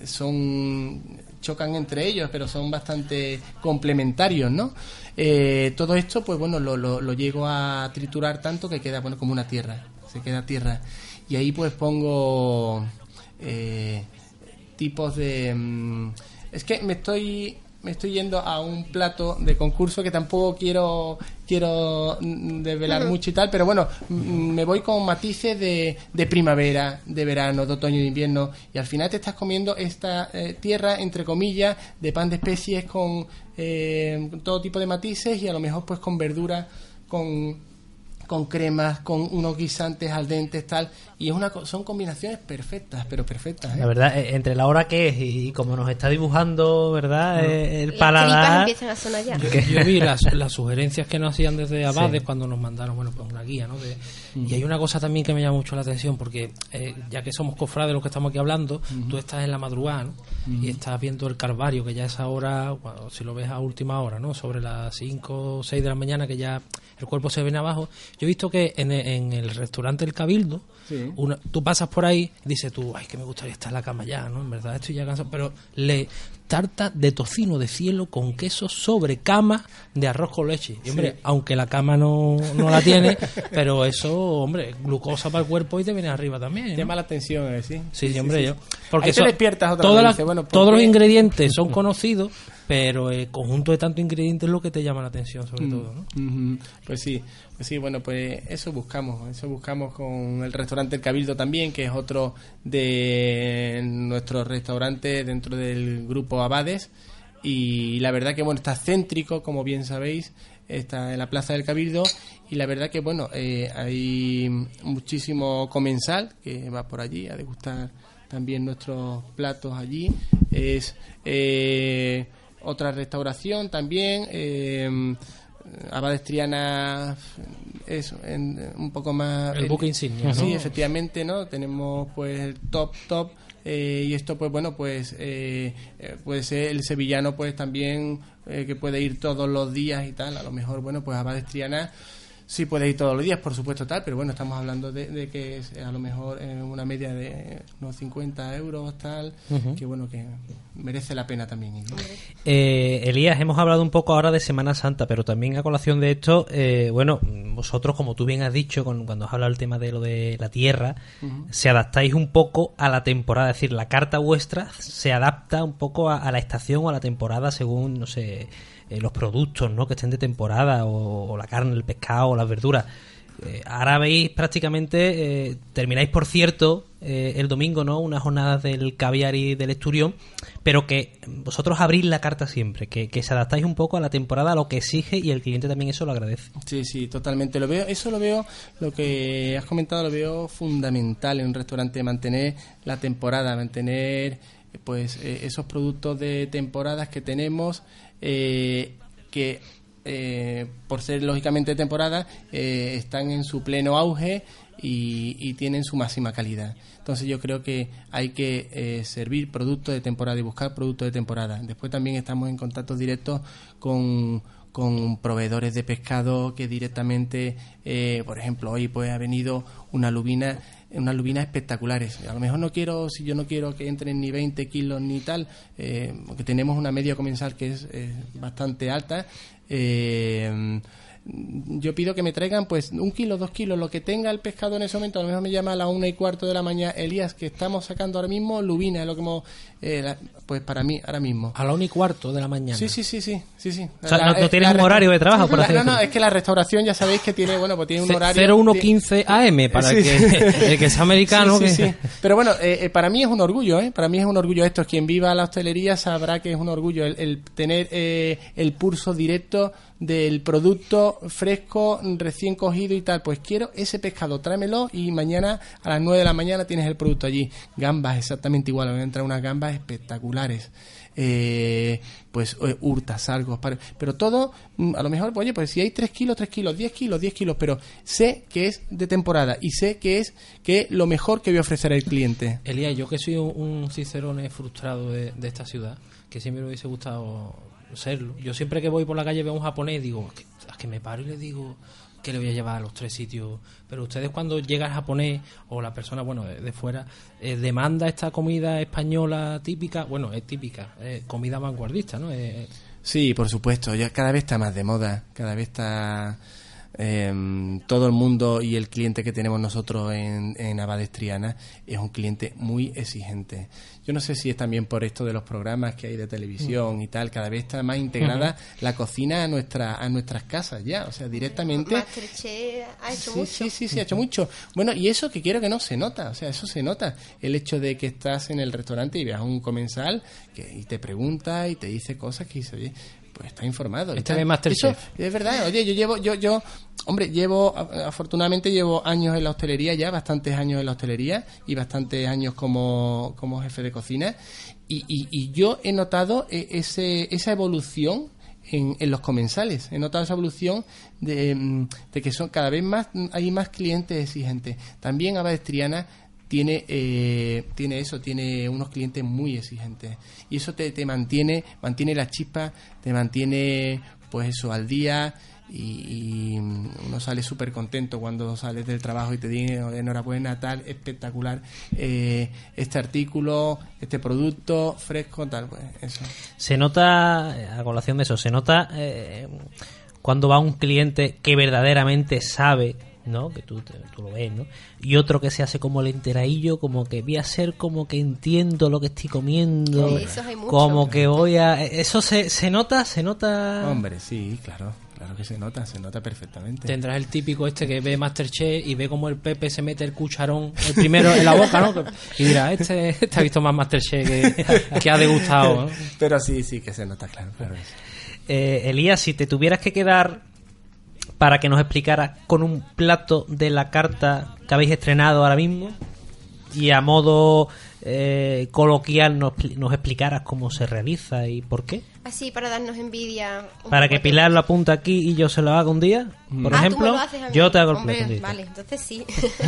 S8: son chocan entre ellos, pero son bastante complementarios, ¿no? Eh, todo esto, pues bueno, lo, lo, lo llego a triturar tanto que queda, bueno, como una tierra, se queda tierra. Y ahí pues pongo... Eh, tipos de mm, es que me estoy me estoy yendo a un plato de concurso que tampoco quiero quiero desvelar uh-huh. mucho y tal, pero bueno, m- me voy con matices de, de primavera, de verano, de otoño y de invierno, y al final te estás comiendo esta eh, tierra, entre comillas, de pan de especies con eh, todo tipo de matices, y a lo mejor pues con verdura, con con cremas, con unos guisantes al dente, tal, y es una co- son combinaciones perfectas, pero perfectas, ¿eh?
S2: La verdad, eh, entre la hora que es y como nos está dibujando, ¿verdad? Eh, el
S3: Las tripas
S2: paladar.
S3: empiezan a sonar ya.
S4: Yo, yo vi las, las sugerencias que nos hacían desde Abades cuando nos mandaron, bueno, pues una guía, ¿no? De, y hay una cosa también que me llama mucho la atención, porque eh, ya que somos cofrades los que estamos aquí hablando, tú estás en la madrugada, ¿no? Y estás viendo el Calvario, que ya es ahora, bueno, si lo ves a última hora, ¿no? Sobre las cinco o seis de la mañana, que ya el cuerpo se viene abajo. Yo he visto que en, en el restaurante El Cabildo,
S8: Sí.
S4: una, tú pasas por ahí y dices tú, ay, que me gustaría estar en la cama ya, ¿no? En verdad estoy ya cansado, pero le tarta de tocino de cielo con queso sobre cama de arroz con leche. Y hombre, aunque la cama no, no la tiene, pero eso, hombre, glucosa para el cuerpo y te viene arriba también, ¿no?
S8: Llama la atención, ¿eh? Sí,
S4: Sí, sí, hombre, yo. Porque
S8: Ahí te
S4: eso-
S8: despiertas otra
S4: todas
S8: vez,
S4: las-
S8: dices, bueno, ¿por
S4: todos los
S8: qué?
S4: ingredientes son conocidos, pero el conjunto de tantos ingredientes es lo que te llama la atención, sobre todo, ¿no?
S8: Ujú. Pues sí, pues sí, bueno, pues eso buscamos, eso buscamos con el restaurante El Cabildo también, que es otro de nuestros restaurantes dentro del grupo Abades, y la verdad que bueno, está céntrico, como bien sabéis, está en la Plaza del Cabildo, y la verdad que bueno, eh, hay muchísimo comensal que va por allí a degustar también nuestros platos allí. Es eh, otra restauración también, eh, Abades Triana es en- un poco más
S4: El buque insignia,
S8: sí,
S4: ¿no?
S8: efectivamente, ¿no? Tenemos pues el top top, eh, y esto pues bueno, pues eh, eh, puede ser el sevillano pues también, eh, que puede ir todos los días y tal. A lo mejor bueno, pues Abades Triana sí puede ir todos los días, por supuesto, tal, pero bueno, estamos hablando de, de que es a lo mejor eh, una media de unos cincuenta euros, tal, que bueno, que merece la pena también ir, ¿no?
S2: Eh, Elías, hemos hablado un poco ahora de Semana Santa, pero también a colación de esto, eh, bueno, vosotros, como tú bien has dicho, con, cuando has hablado el tema de lo de la tierra, se adaptáis un poco a la temporada, es decir, la carta vuestra se adapta un poco a, a la estación o a la temporada según, no sé, eh, los productos, ¿no?, que estén de temporada, o, o la carne, el pescado, o las verduras. Eh, ahora veis prácticamente, eh, termináis por cierto eh, el domingo, ¿no?, unas jornadas del caviar y del esturión, pero que vosotros abrís la carta siempre, que, que se adaptáis un poco a la temporada, a lo que exige, y el cliente también eso lo agradece.
S8: Sí, sí, totalmente. Lo veo, eso lo veo, lo que has comentado, lo veo fundamental en un restaurante, mantener la temporada, mantener pues eh, esos productos de temporadas que tenemos, eh, que eh, por ser lógicamente de temporada eh, están en su pleno auge y, y tienen su máxima calidad. Entonces yo creo que hay que eh, servir productos de temporada y buscar productos de temporada. Después también estamos en contacto directo con con proveedores de pescado que directamente, eh, por ejemplo, hoy pues ha venido una lubina, unas lubinas espectaculares. A lo mejor no quiero, si yo no quiero que entren ni veinte kilos ni tal, eh, porque tenemos una media comensal que es eh, bastante alta, eh, yo pido que me traigan pues un kilo, dos kilos, lo que tenga el pescado en ese momento. A lo mejor me llama a las una y cuarto de la mañana, Elías, que estamos sacando ahora mismo lubina, es lo que hemos, eh, la- pues para mí, ahora mismo.
S4: A la una y cuarto de la mañana.
S8: Sí, sí, sí, sí, sí, sí.
S2: O sea, no- no
S8: eh,
S2: tienes un
S8: resta-
S2: horario de trabajo, por
S8: La-
S2: así
S8: No, no,
S2: decirlo.
S8: es que la restauración ya sabéis que tiene, bueno, pues tiene un
S4: Ce-
S8: horario.
S4: cero uno
S8: de-
S4: quince A M para
S8: Sí,
S4: el, que,
S8: sí.
S4: el que sea americano.
S8: Sí, sí,
S4: que-
S8: sí. Pero bueno, eh, eh, para mí es un orgullo, ¿eh? Para mí es un orgullo esto. Quien viva la hostelería sabrá que es un orgullo el, el tener eh, el pulso directo del producto fresco, recién cogido y tal. Pues quiero ese pescado, tráemelo y mañana a las nueve de la mañana tienes el producto allí. Gambas, exactamente igual. Me van a entrar unas gambas espectaculares. Eh, pues eh, hurtas, algo, pero todo, mm, a lo mejor, pues, oye, pues si hay tres kilos, tres kilos, diez kilos, diez kilos, pero sé que es de temporada y sé que es que lo mejor que voy a ofrecer al cliente.
S4: Elías, yo que soy un, un cicerone frustrado de, de esta ciudad, que siempre me hubiese gustado serlo. Yo siempre que voy por la calle veo a un japonés y digo, que, que me paro y le digo que le voy a llevar a los tres sitios. Pero ustedes, cuando llega el japonés o la persona, bueno, de, de fuera, eh, demanda esta comida española típica, bueno, es típica, eh, comida vanguardista, ¿no? Eh,
S8: Sí, por supuesto, ya cada vez está más de moda, cada vez está eh, todo el mundo, y el cliente que tenemos nosotros en, en Abades Triana es un cliente muy exigente. Yo no sé si es también por esto de los programas que hay de televisión y tal, cada vez está más integrada la cocina a nuestra a nuestras casas ya, o sea, directamente.
S3: Masterchef ha hecho
S8: Sí,
S3: mucho.
S8: sí, sí, sí, ha hecho mucho. Bueno, y eso que quiero que no se nota, o sea, eso se nota. El hecho de que estás en el restaurante y veas a un comensal que, y te pregunta y te dice cosas que dice, oye, pues está informado.
S4: Este de Masterchef.
S8: Eso es verdad. Oye, yo llevo, yo, yo, hombre, llevo, afortunadamente llevo años en la hostelería ya, bastantes años en la hostelería y bastantes años como, como jefe de cocina. Y, y, y yo he notado ese, esa evolución en, en los comensales. He notado esa evolución de, de que son cada vez más, hay más clientes exigentes. También Abades Triana tiene eh, tiene eso, tiene unos clientes muy exigentes y eso te, te mantiene mantiene la chispa, te mantiene pues eso al día y, y uno sale súper contento cuando sales del trabajo y te dicen enhorabuena, tal, espectacular eh, este artículo, este producto fresco, tal, pues eso.
S2: Se nota, a colación de eso, se nota eh, cuando va un cliente que verdaderamente sabe, ¿no? Que tú, te, tú lo ves, ¿no? Y otro que se hace como el enteraillo, como que voy a ser como que entiendo lo que estoy comiendo,
S3: sí, eso hay mucho.
S2: Como que voy a... Eso se, se nota, se nota...
S8: Hombre, sí, claro, claro que se nota, se nota perfectamente.
S4: Tendrás el típico este que ve Masterchef y ve como el Pepe se mete el cucharón, el primero en la boca, ¿no? Y dirá, este, este ha visto más Masterchef que, que ha degustado, ¿no?
S8: Pero sí, sí, que se nota, claro, claro.
S2: Eh, Elías, si te tuvieras que quedar para que nos explicaras con un plato de la carta que habéis estrenado ahora mismo y a modo eh, coloquial nos, nos explicaras cómo se realiza y por qué.
S3: Así, para darnos envidia.
S2: Para que Pilar lo apunte aquí y yo se lo haga un día, por
S3: ah,
S2: ejemplo,
S3: ¿tú me lo haces a mí?
S2: yo te hago el
S3: Hombre,
S2: plato.
S3: Vale, entonces sí.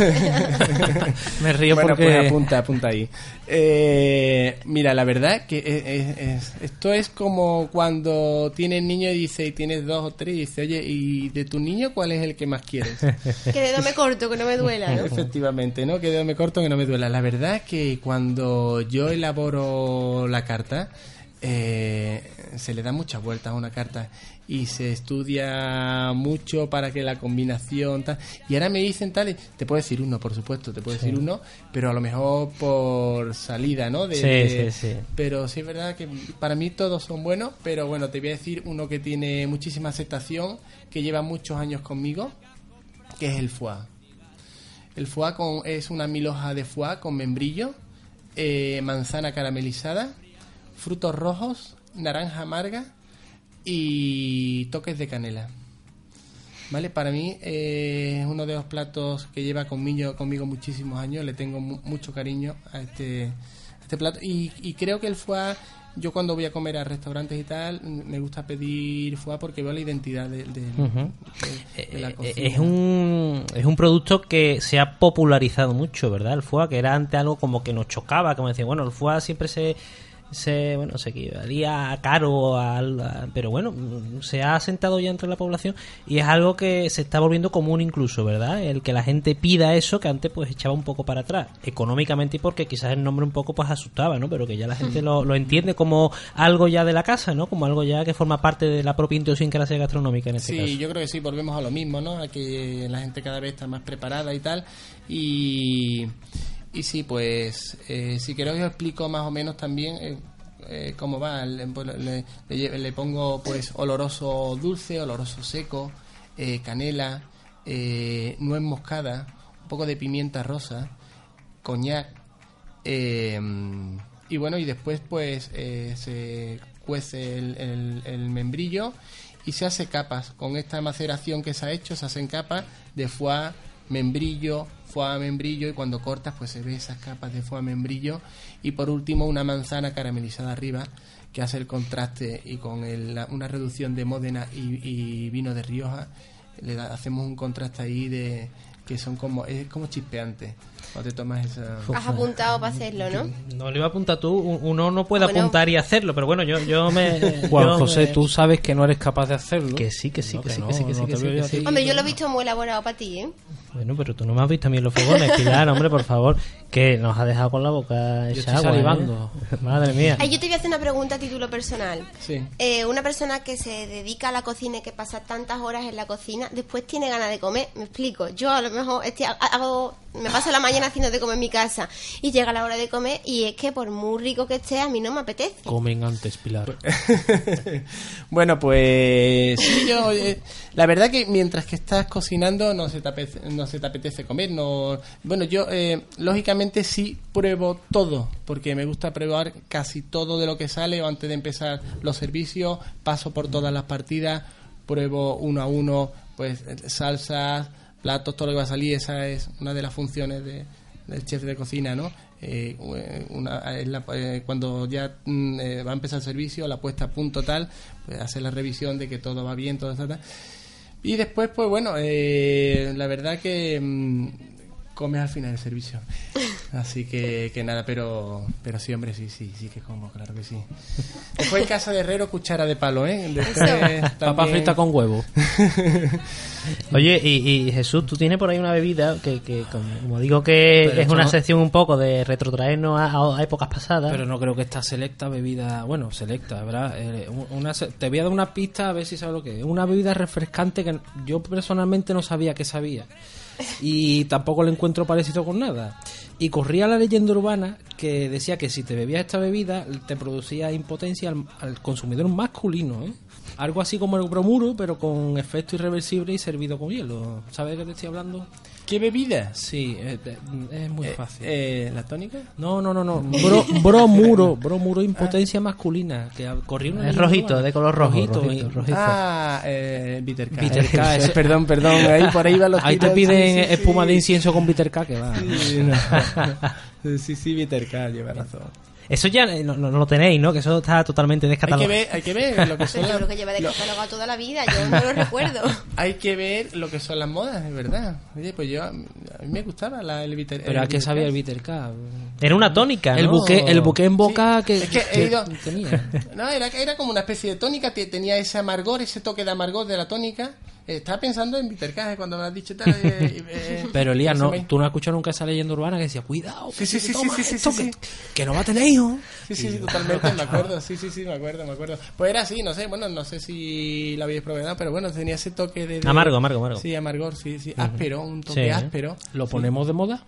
S2: Me río
S8: bueno,
S2: porque...
S8: pues apunta, apunta ahí. Eh, mira, la verdad que es, es, es, esto es como cuando tienes niño y dice, y tienes dos o tres y dice, oye, ¿y de tu niño cuál es el que más quieres?
S3: Que dedo me corto, que no me duela, ¿no?
S8: Efectivamente, ¿no? Que dedo me corto, que no me duela. La verdad que cuando yo elaboro la carta, eh, se le da muchas vueltas a una carta y se estudia mucho para que la combinación tal, y ahora me dicen tal, te puedo decir uno, por supuesto, te puedo sí. decir uno, pero a lo mejor por salida, ¿no? De,
S2: sí,
S8: de,
S2: sí, sí.
S8: Pero sí es verdad que para mí todos son buenos, pero bueno, te voy a decir uno que tiene muchísima aceptación, que lleva muchos años conmigo, que es el foie. El foie con, es una mil hoja de foie con membrillo, eh, manzana caramelizada, frutos rojos, naranja amarga y toques de canela. ¿Vale? Para mí eh, es uno de los platos que lleva conmigo, conmigo muchísimos años. Le tengo mu- mucho cariño a este, a este plato. Y, y creo que el foie, yo cuando voy a comer a restaurantes y tal, me gusta pedir foie porque veo la identidad de, de,
S2: uh-huh.
S8: de, de la cocina.
S2: Es un, es un producto que se ha popularizado mucho, ¿verdad? El foie, que era antes algo como que nos chocaba, como decía, bueno, el foie siempre se... se bueno se equivalía caro al, a, pero bueno, se ha asentado ya entre la población y es algo que se está volviendo común incluso, ¿verdad? El que la gente pida eso, que antes pues echaba un poco para atrás económicamente y porque quizás el nombre un poco pues asustaba, ¿no? Pero que ya la gente lo, lo entiende como algo ya de la casa, ¿no? Como algo ya que forma parte de la propia idiosincrasia gastronómica en este
S8: sí,
S2: caso.
S8: Sí, yo creo que sí, volvemos a lo mismo, ¿no? A que la gente cada vez está más preparada y tal y... Y sí, pues, eh, si quiero que os explico más o menos también eh, eh, cómo va. Le, le, le, le pongo, pues, oloroso dulce, oloroso seco, eh, canela, eh, nuez moscada, un poco de pimienta rosa, coñac, eh, y bueno, y después, pues, eh, se cuece el, el, el membrillo y se hace capas. Con esta maceración que se ha hecho, se hacen capas de foie, membrillo, foie, membrillo, y cuando cortas pues se ve esas capas de foie, membrillo, y por último una manzana caramelizada arriba que hace el contraste, y con el, la, una reducción de Módena y, y vino de Rioja le da, hacemos un contraste ahí de que son como es como chispeante cuando te tomas esa...
S3: Has apuntado para hacerlo, ¿no?
S2: No lo iba a apuntar tú, uno no puede
S3: bueno.
S2: apuntar y hacerlo, pero bueno, yo, yo me...
S4: Juan
S2: yo
S4: José,
S2: me...
S4: tú sabes que no eres capaz de hacerlo.
S2: Que sí, que sí,
S4: no,
S2: que,
S4: que
S2: sí,
S4: no,
S2: que sí, que sí,
S4: no
S2: que
S4: te
S2: sí,
S4: veo
S2: que
S4: yo a
S2: sí.
S4: ti.
S3: Hombre, yo lo he visto muy elaborado para ti, ¿eh?
S2: Bueno, pero tú no me has visto a mí en los fogones, Pilar, hombre, por favor, que nos ha dejado con la boca
S4: Yo
S2: hecha
S4: estoy
S2: agua,
S4: salivando.
S2: ¿eh? Madre mía.
S3: Ay, yo te voy a hacer una pregunta a título personal.
S8: Sí.
S3: Eh, una persona que se dedica a la cocina y que pasa tantas horas en la cocina, después tiene ganas de comer, me explico. Yo a lo mejor estoy, hago me paso la mañana haciendo de comer en mi casa y llega la hora de comer y es que por muy rico que esté, a mí no me apetece.
S4: Comen antes, Pilar.
S8: Bueno, pues sí, yo, eh, la verdad que mientras que estás cocinando no se te apetece, no se te apetece comer. No, bueno, yo eh, lógicamente sí pruebo todo, porque me gusta probar casi todo de lo que sale antes de empezar los servicios, paso por todas las partidas, pruebo uno a uno, pues salsas, platos, todo lo que va a salir. Esa es una de las funciones de, del chef de cocina, ¿no? Eh, una, es la, eh, cuando ya mm, eh, va a empezar el servicio, la puesta a punto tal, pues hacer la revisión de que todo va bien, todo está tal. Y después, pues bueno, eh, la verdad que mm, comes al final del servicio. Así que, que nada, pero pero sí, hombre, sí, sí, sí que como, claro que sí. Después en casa de herrero, cuchara de palo, ¿eh? Después,
S4: papa frita con huevo.
S2: Oye, y, y Jesús, tú tienes por ahí una bebida que, que como digo que
S4: Pero
S2: es una
S4: no...
S2: sección un poco de retrotraernos a, a épocas pasadas.
S4: Pero no creo que esta selecta bebida, bueno, selecta, ¿verdad? Eh, una, te voy a dar una pista a ver si sabes lo que es. Una bebida refrescante que yo personalmente no sabía que sabía. Y tampoco le encuentro parecido con nada. Y corría la leyenda urbana que decía que si te bebías esta bebida te producía impotencia al, al consumidor masculino, ¿eh? Algo así como el bromuro, pero con efecto irreversible y servido con hielo. ¿Sabes de qué te estoy hablando?
S8: ¿Qué bebida?
S4: Sí, es, es muy
S8: eh,
S4: fácil.
S8: Eh, ¿La tónica?
S4: No, no, no, no. Bro, bromuro, bromuro, impotencia masculina. Que corría una
S2: es rojito, de color rojo.
S4: Rojito,
S2: rojito, rojito.
S8: Ah, eh, bitter K.
S4: Bitter K,
S8: eh, perdón, perdón. Ahí por ahí va los
S4: Ahí te
S8: tiros.
S4: piden
S8: Sí, sí,
S4: espuma
S8: sí.
S4: de incienso con bitter K, que va.
S8: Sí, no. sí, sí, bitter K, lleva razón.
S2: Eso ya no, no, no lo tenéis, ¿no? Que eso está totalmente
S8: Hay
S2: descatalogado.
S8: que ver, hay que ver lo que son
S3: Pero yo
S8: las,
S3: creo que lleva
S8: lo-
S3: descatalogado toda la vida, yo no lo recuerdo.
S8: hay que ver lo que son las modas, es verdad. Oye, pues yo a mí me gustaba la el bitter.
S4: Pero
S8: el
S4: ¿a qué
S8: bitter
S4: sabía
S8: K.
S4: el bitter K?
S2: Era una tónica, ¿no?
S4: El buque, el buque en boca
S8: Sí,
S4: que,
S8: es que he
S4: que
S8: ido-
S4: tenía.
S8: No, era, era como una especie de tónica, te- tenía ese amargor, ese toque de amargor de la tónica. Eh, estaba pensando en bitter K, eh, cuando me has dicho tal. eh, eh,
S4: Pero Elías, no,
S8: eso me-
S4: tú no has escuchado nunca esa leyenda urbana que decía, cuidado,
S8: Sí,
S4: que
S8: sí,
S4: si
S8: sí,
S4: te tomas
S8: sí, sí,
S4: esto,
S8: sí,
S4: que,
S8: sí.
S4: que no va a tener hijos.
S8: Sí, sí, sí, totalmente, me acuerdo, sí, sí, sí, me acuerdo, me acuerdo. Pues era así, no sé, bueno, no sé si la habéis probado, pero bueno, tenía ese toque de... de-
S2: Amargo, amargo, amargo.
S8: Sí, amargor, sí, sí, áspero, un toque
S2: Sí.
S8: áspero.
S4: ¿Lo ponemos de moda?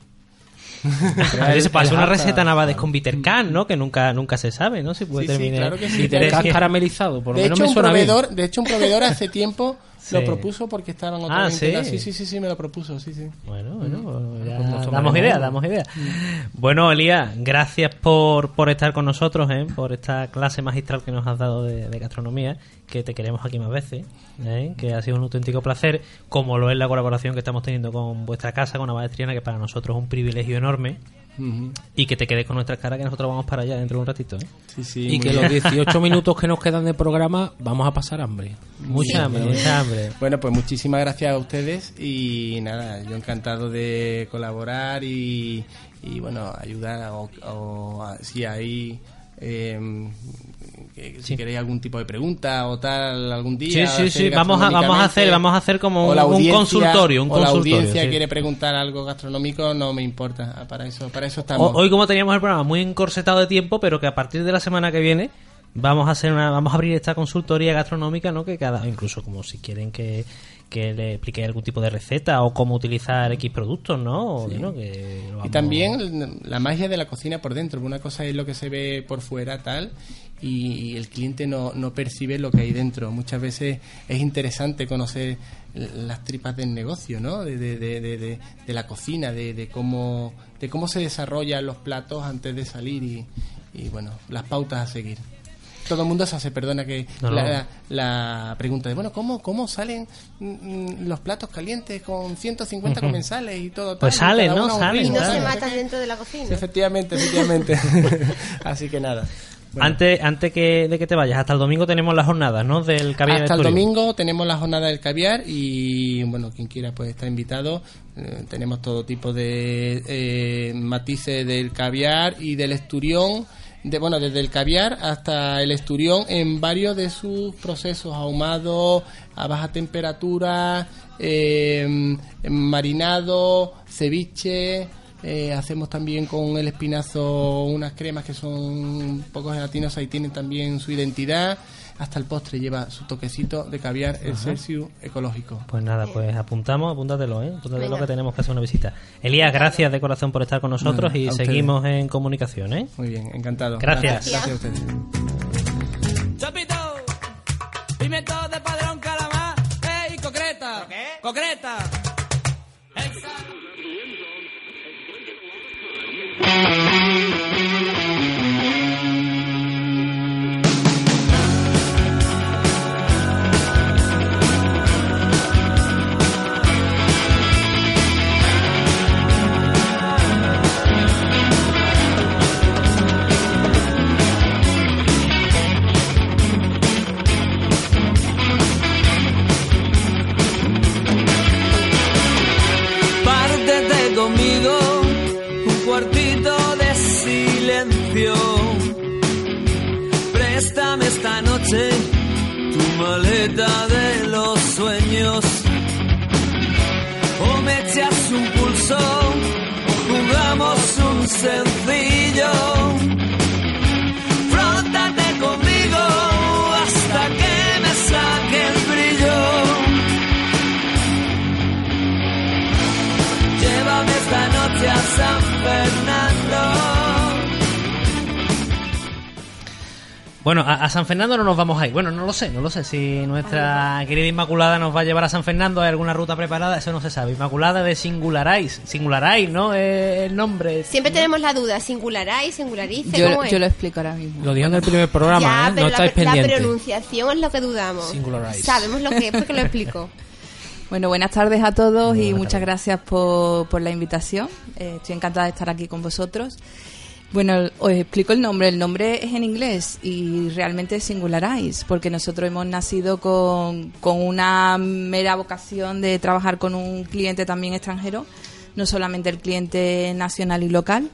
S2: Oye, se pasa
S4: el
S2: una
S4: harta-
S2: receta Navades con bitter can, ¿no? Que nunca nunca se sabe, ¿no? Si puede
S8: Sí, sí,
S2: terminar.
S8: claro que sí.
S2: Bitter
S8: De
S4: Bitter K
S2: can.
S4: caramelizado, por lo
S8: De
S4: menos
S8: hecho,
S4: me
S8: un
S4: suena bien.
S8: proveedor, de hecho, un proveedor hace tiempo
S2: Sí.
S8: lo propuso porque estaban otra
S2: Ah,
S8: vez en
S2: ¿sí?
S8: tienda. sí, sí, sí, sí, me lo propuso, sí, sí.
S2: Bueno, bueno, pues ya
S4: Pues nos
S2: damos
S4: tomaremos
S2: idea,
S4: uno.
S2: damos idea. Bueno, Elías, gracias por, por estar con nosotros, ¿eh? Por esta clase magistral que nos has dado de, de gastronomía, que te queremos aquí más veces, ¿eh? Que ha sido un auténtico placer, como lo es la colaboración que estamos teniendo con vuestra casa, con Navales Triana, que para nosotros es un privilegio enorme.
S8: Ujú.
S2: Y que te quedes con nuestras caras, que nosotros vamos para allá dentro de un ratito, ¿eh?
S8: Sí, sí,
S4: Y
S8: muy
S4: que
S8: bien.
S4: los dieciocho minutos que nos quedan de programa vamos a pasar hambre.
S2: Mucha hambre, mucha hambre.
S8: Bueno, pues muchísimas gracias a ustedes y nada, yo encantado de colaborar y, y bueno, ayudar o, o a- si hay eh, que- si
S2: Sí.
S8: queréis algún tipo de pregunta o tal algún
S2: Sí,
S8: día.
S2: sí,
S8: hacer
S2: sí, vamos a, vamos a hacer, vamos a hacer como
S8: o
S2: un,
S8: la
S2: un
S8: audiencia-
S2: consultorio, un
S8: o la
S2: consultorio.
S8: audiencia
S2: sí.
S8: quiere preguntar algo gastronómico, no me importa, ah, para eso, para eso estamos.
S2: O- Hoy, como teníamos el programa muy encorsetado de tiempo, pero que a partir de la semana que viene vamos a hacer una, vamos a abrir esta consultoría gastronómica, ¿no? Que cada, incluso como si quieren que, que le explique algún tipo de receta o cómo utilizar X productos, ¿no? O, ¿no? Que lo
S8: Y
S2: vamos-
S8: también la magia de la cocina por dentro. Una cosa es lo que se ve por fuera tal y el cliente no, no percibe lo que hay dentro. Muchas veces es interesante conocer las tripas del negocio, ¿no? De, de, de, de, de- de la cocina, de, de cómo de cómo se desarrollan los platos antes de salir y, y bueno, las pautas a seguir. Todo el mundo se hace, perdona que
S2: No, no.
S8: la, la pregunta de, bueno, ¿cómo, cómo salen mm, los platos calientes con ciento cincuenta
S2: Ujú.
S8: comensales y todo?
S2: Pues
S8: tal, y
S2: salen,
S8: cada
S2: ¿no?
S8: uno un
S2: Salen,
S3: Y
S8: ritmo,
S3: no
S2: claro.
S3: se
S8: tal,
S3: matan
S8: sé qué.
S3: dentro de la cocina.
S8: Sí, efectivamente, efectivamente. Así que nada. Bueno,
S2: Antes, antes que, de que te vayas, hasta el domingo tenemos las jornadas, ¿no? Del caviar
S8: hasta el
S2: Asturias.
S8: domingo tenemos la jornada del caviar y bueno, quien quiera pues está invitado. Eh, tenemos todo tipo de eh, matices del caviar y del esturión. De, bueno, desde el caviar hasta el esturión en varios de sus procesos, ahumado, a baja temperatura, eh, marinado, ceviche. Eh, hacemos también con el espinazo unas cremas que son un poco gelatinosas y tienen también su identidad. hasta el postre lleva su toquecito de caviar el Celsius ecológico.
S2: Pues nada, pues apuntamos, apúntatelo, ¿eh? Apúntatelo que tenemos que hacer una visita. Elías, gracias de corazón por estar con nosotros
S8: Nada,
S2: y seguimos en comunicación, ¿eh?
S8: Muy bien, encantado.
S2: Gracias.
S8: Gracias, gracias a ustedes.
S9: Chopito, pimiento de padrón calamar, ey, concreta, ¿qué? Concreta.
S10: Conmigo un cuartito de silencio. Préstame esta noche tu maleta de los sueños. O me echas un pulso o jugamos un sencillo. Frótate conmigo hasta que me saque el brillo. Llévame esta noche a San Fernando.
S2: Bueno, a, a San Fernando no nos vamos a ir. Bueno, no lo sé, no lo sé. Si nuestra querida Inmaculada nos va a llevar a San Fernando, ¿hay alguna ruta preparada? Eso no se sabe. Inmaculada de Singularais. Singularais, ¿no? Es el nombre.
S3: Siempre
S2: ¿no?
S3: tenemos la duda. Singularais, Singularice,
S5: yo,
S3: ¿cómo es?
S5: yo lo explico ahora mismo.
S4: Lo dijeron en el primer programa,
S3: ya,
S4: ¿eh?
S3: pero
S4: No
S3: la,
S4: estáis pendientes.
S3: la pronunciación es lo que dudamos.
S4: Singularais.
S3: Sabemos lo que es porque lo explico.
S5: Bueno, buenas tardes a todos
S2: Muy
S5: y
S2: buenas
S5: muchas
S2: tardes.
S5: gracias por, por la invitación. Eh, estoy encantada de estar aquí con vosotros. Bueno, os explico el nombre. El nombre es en inglés y realmente es Singularais, porque nosotros hemos nacido con, con una mera vocación de trabajar con un cliente también extranjero, no solamente el cliente nacional y local.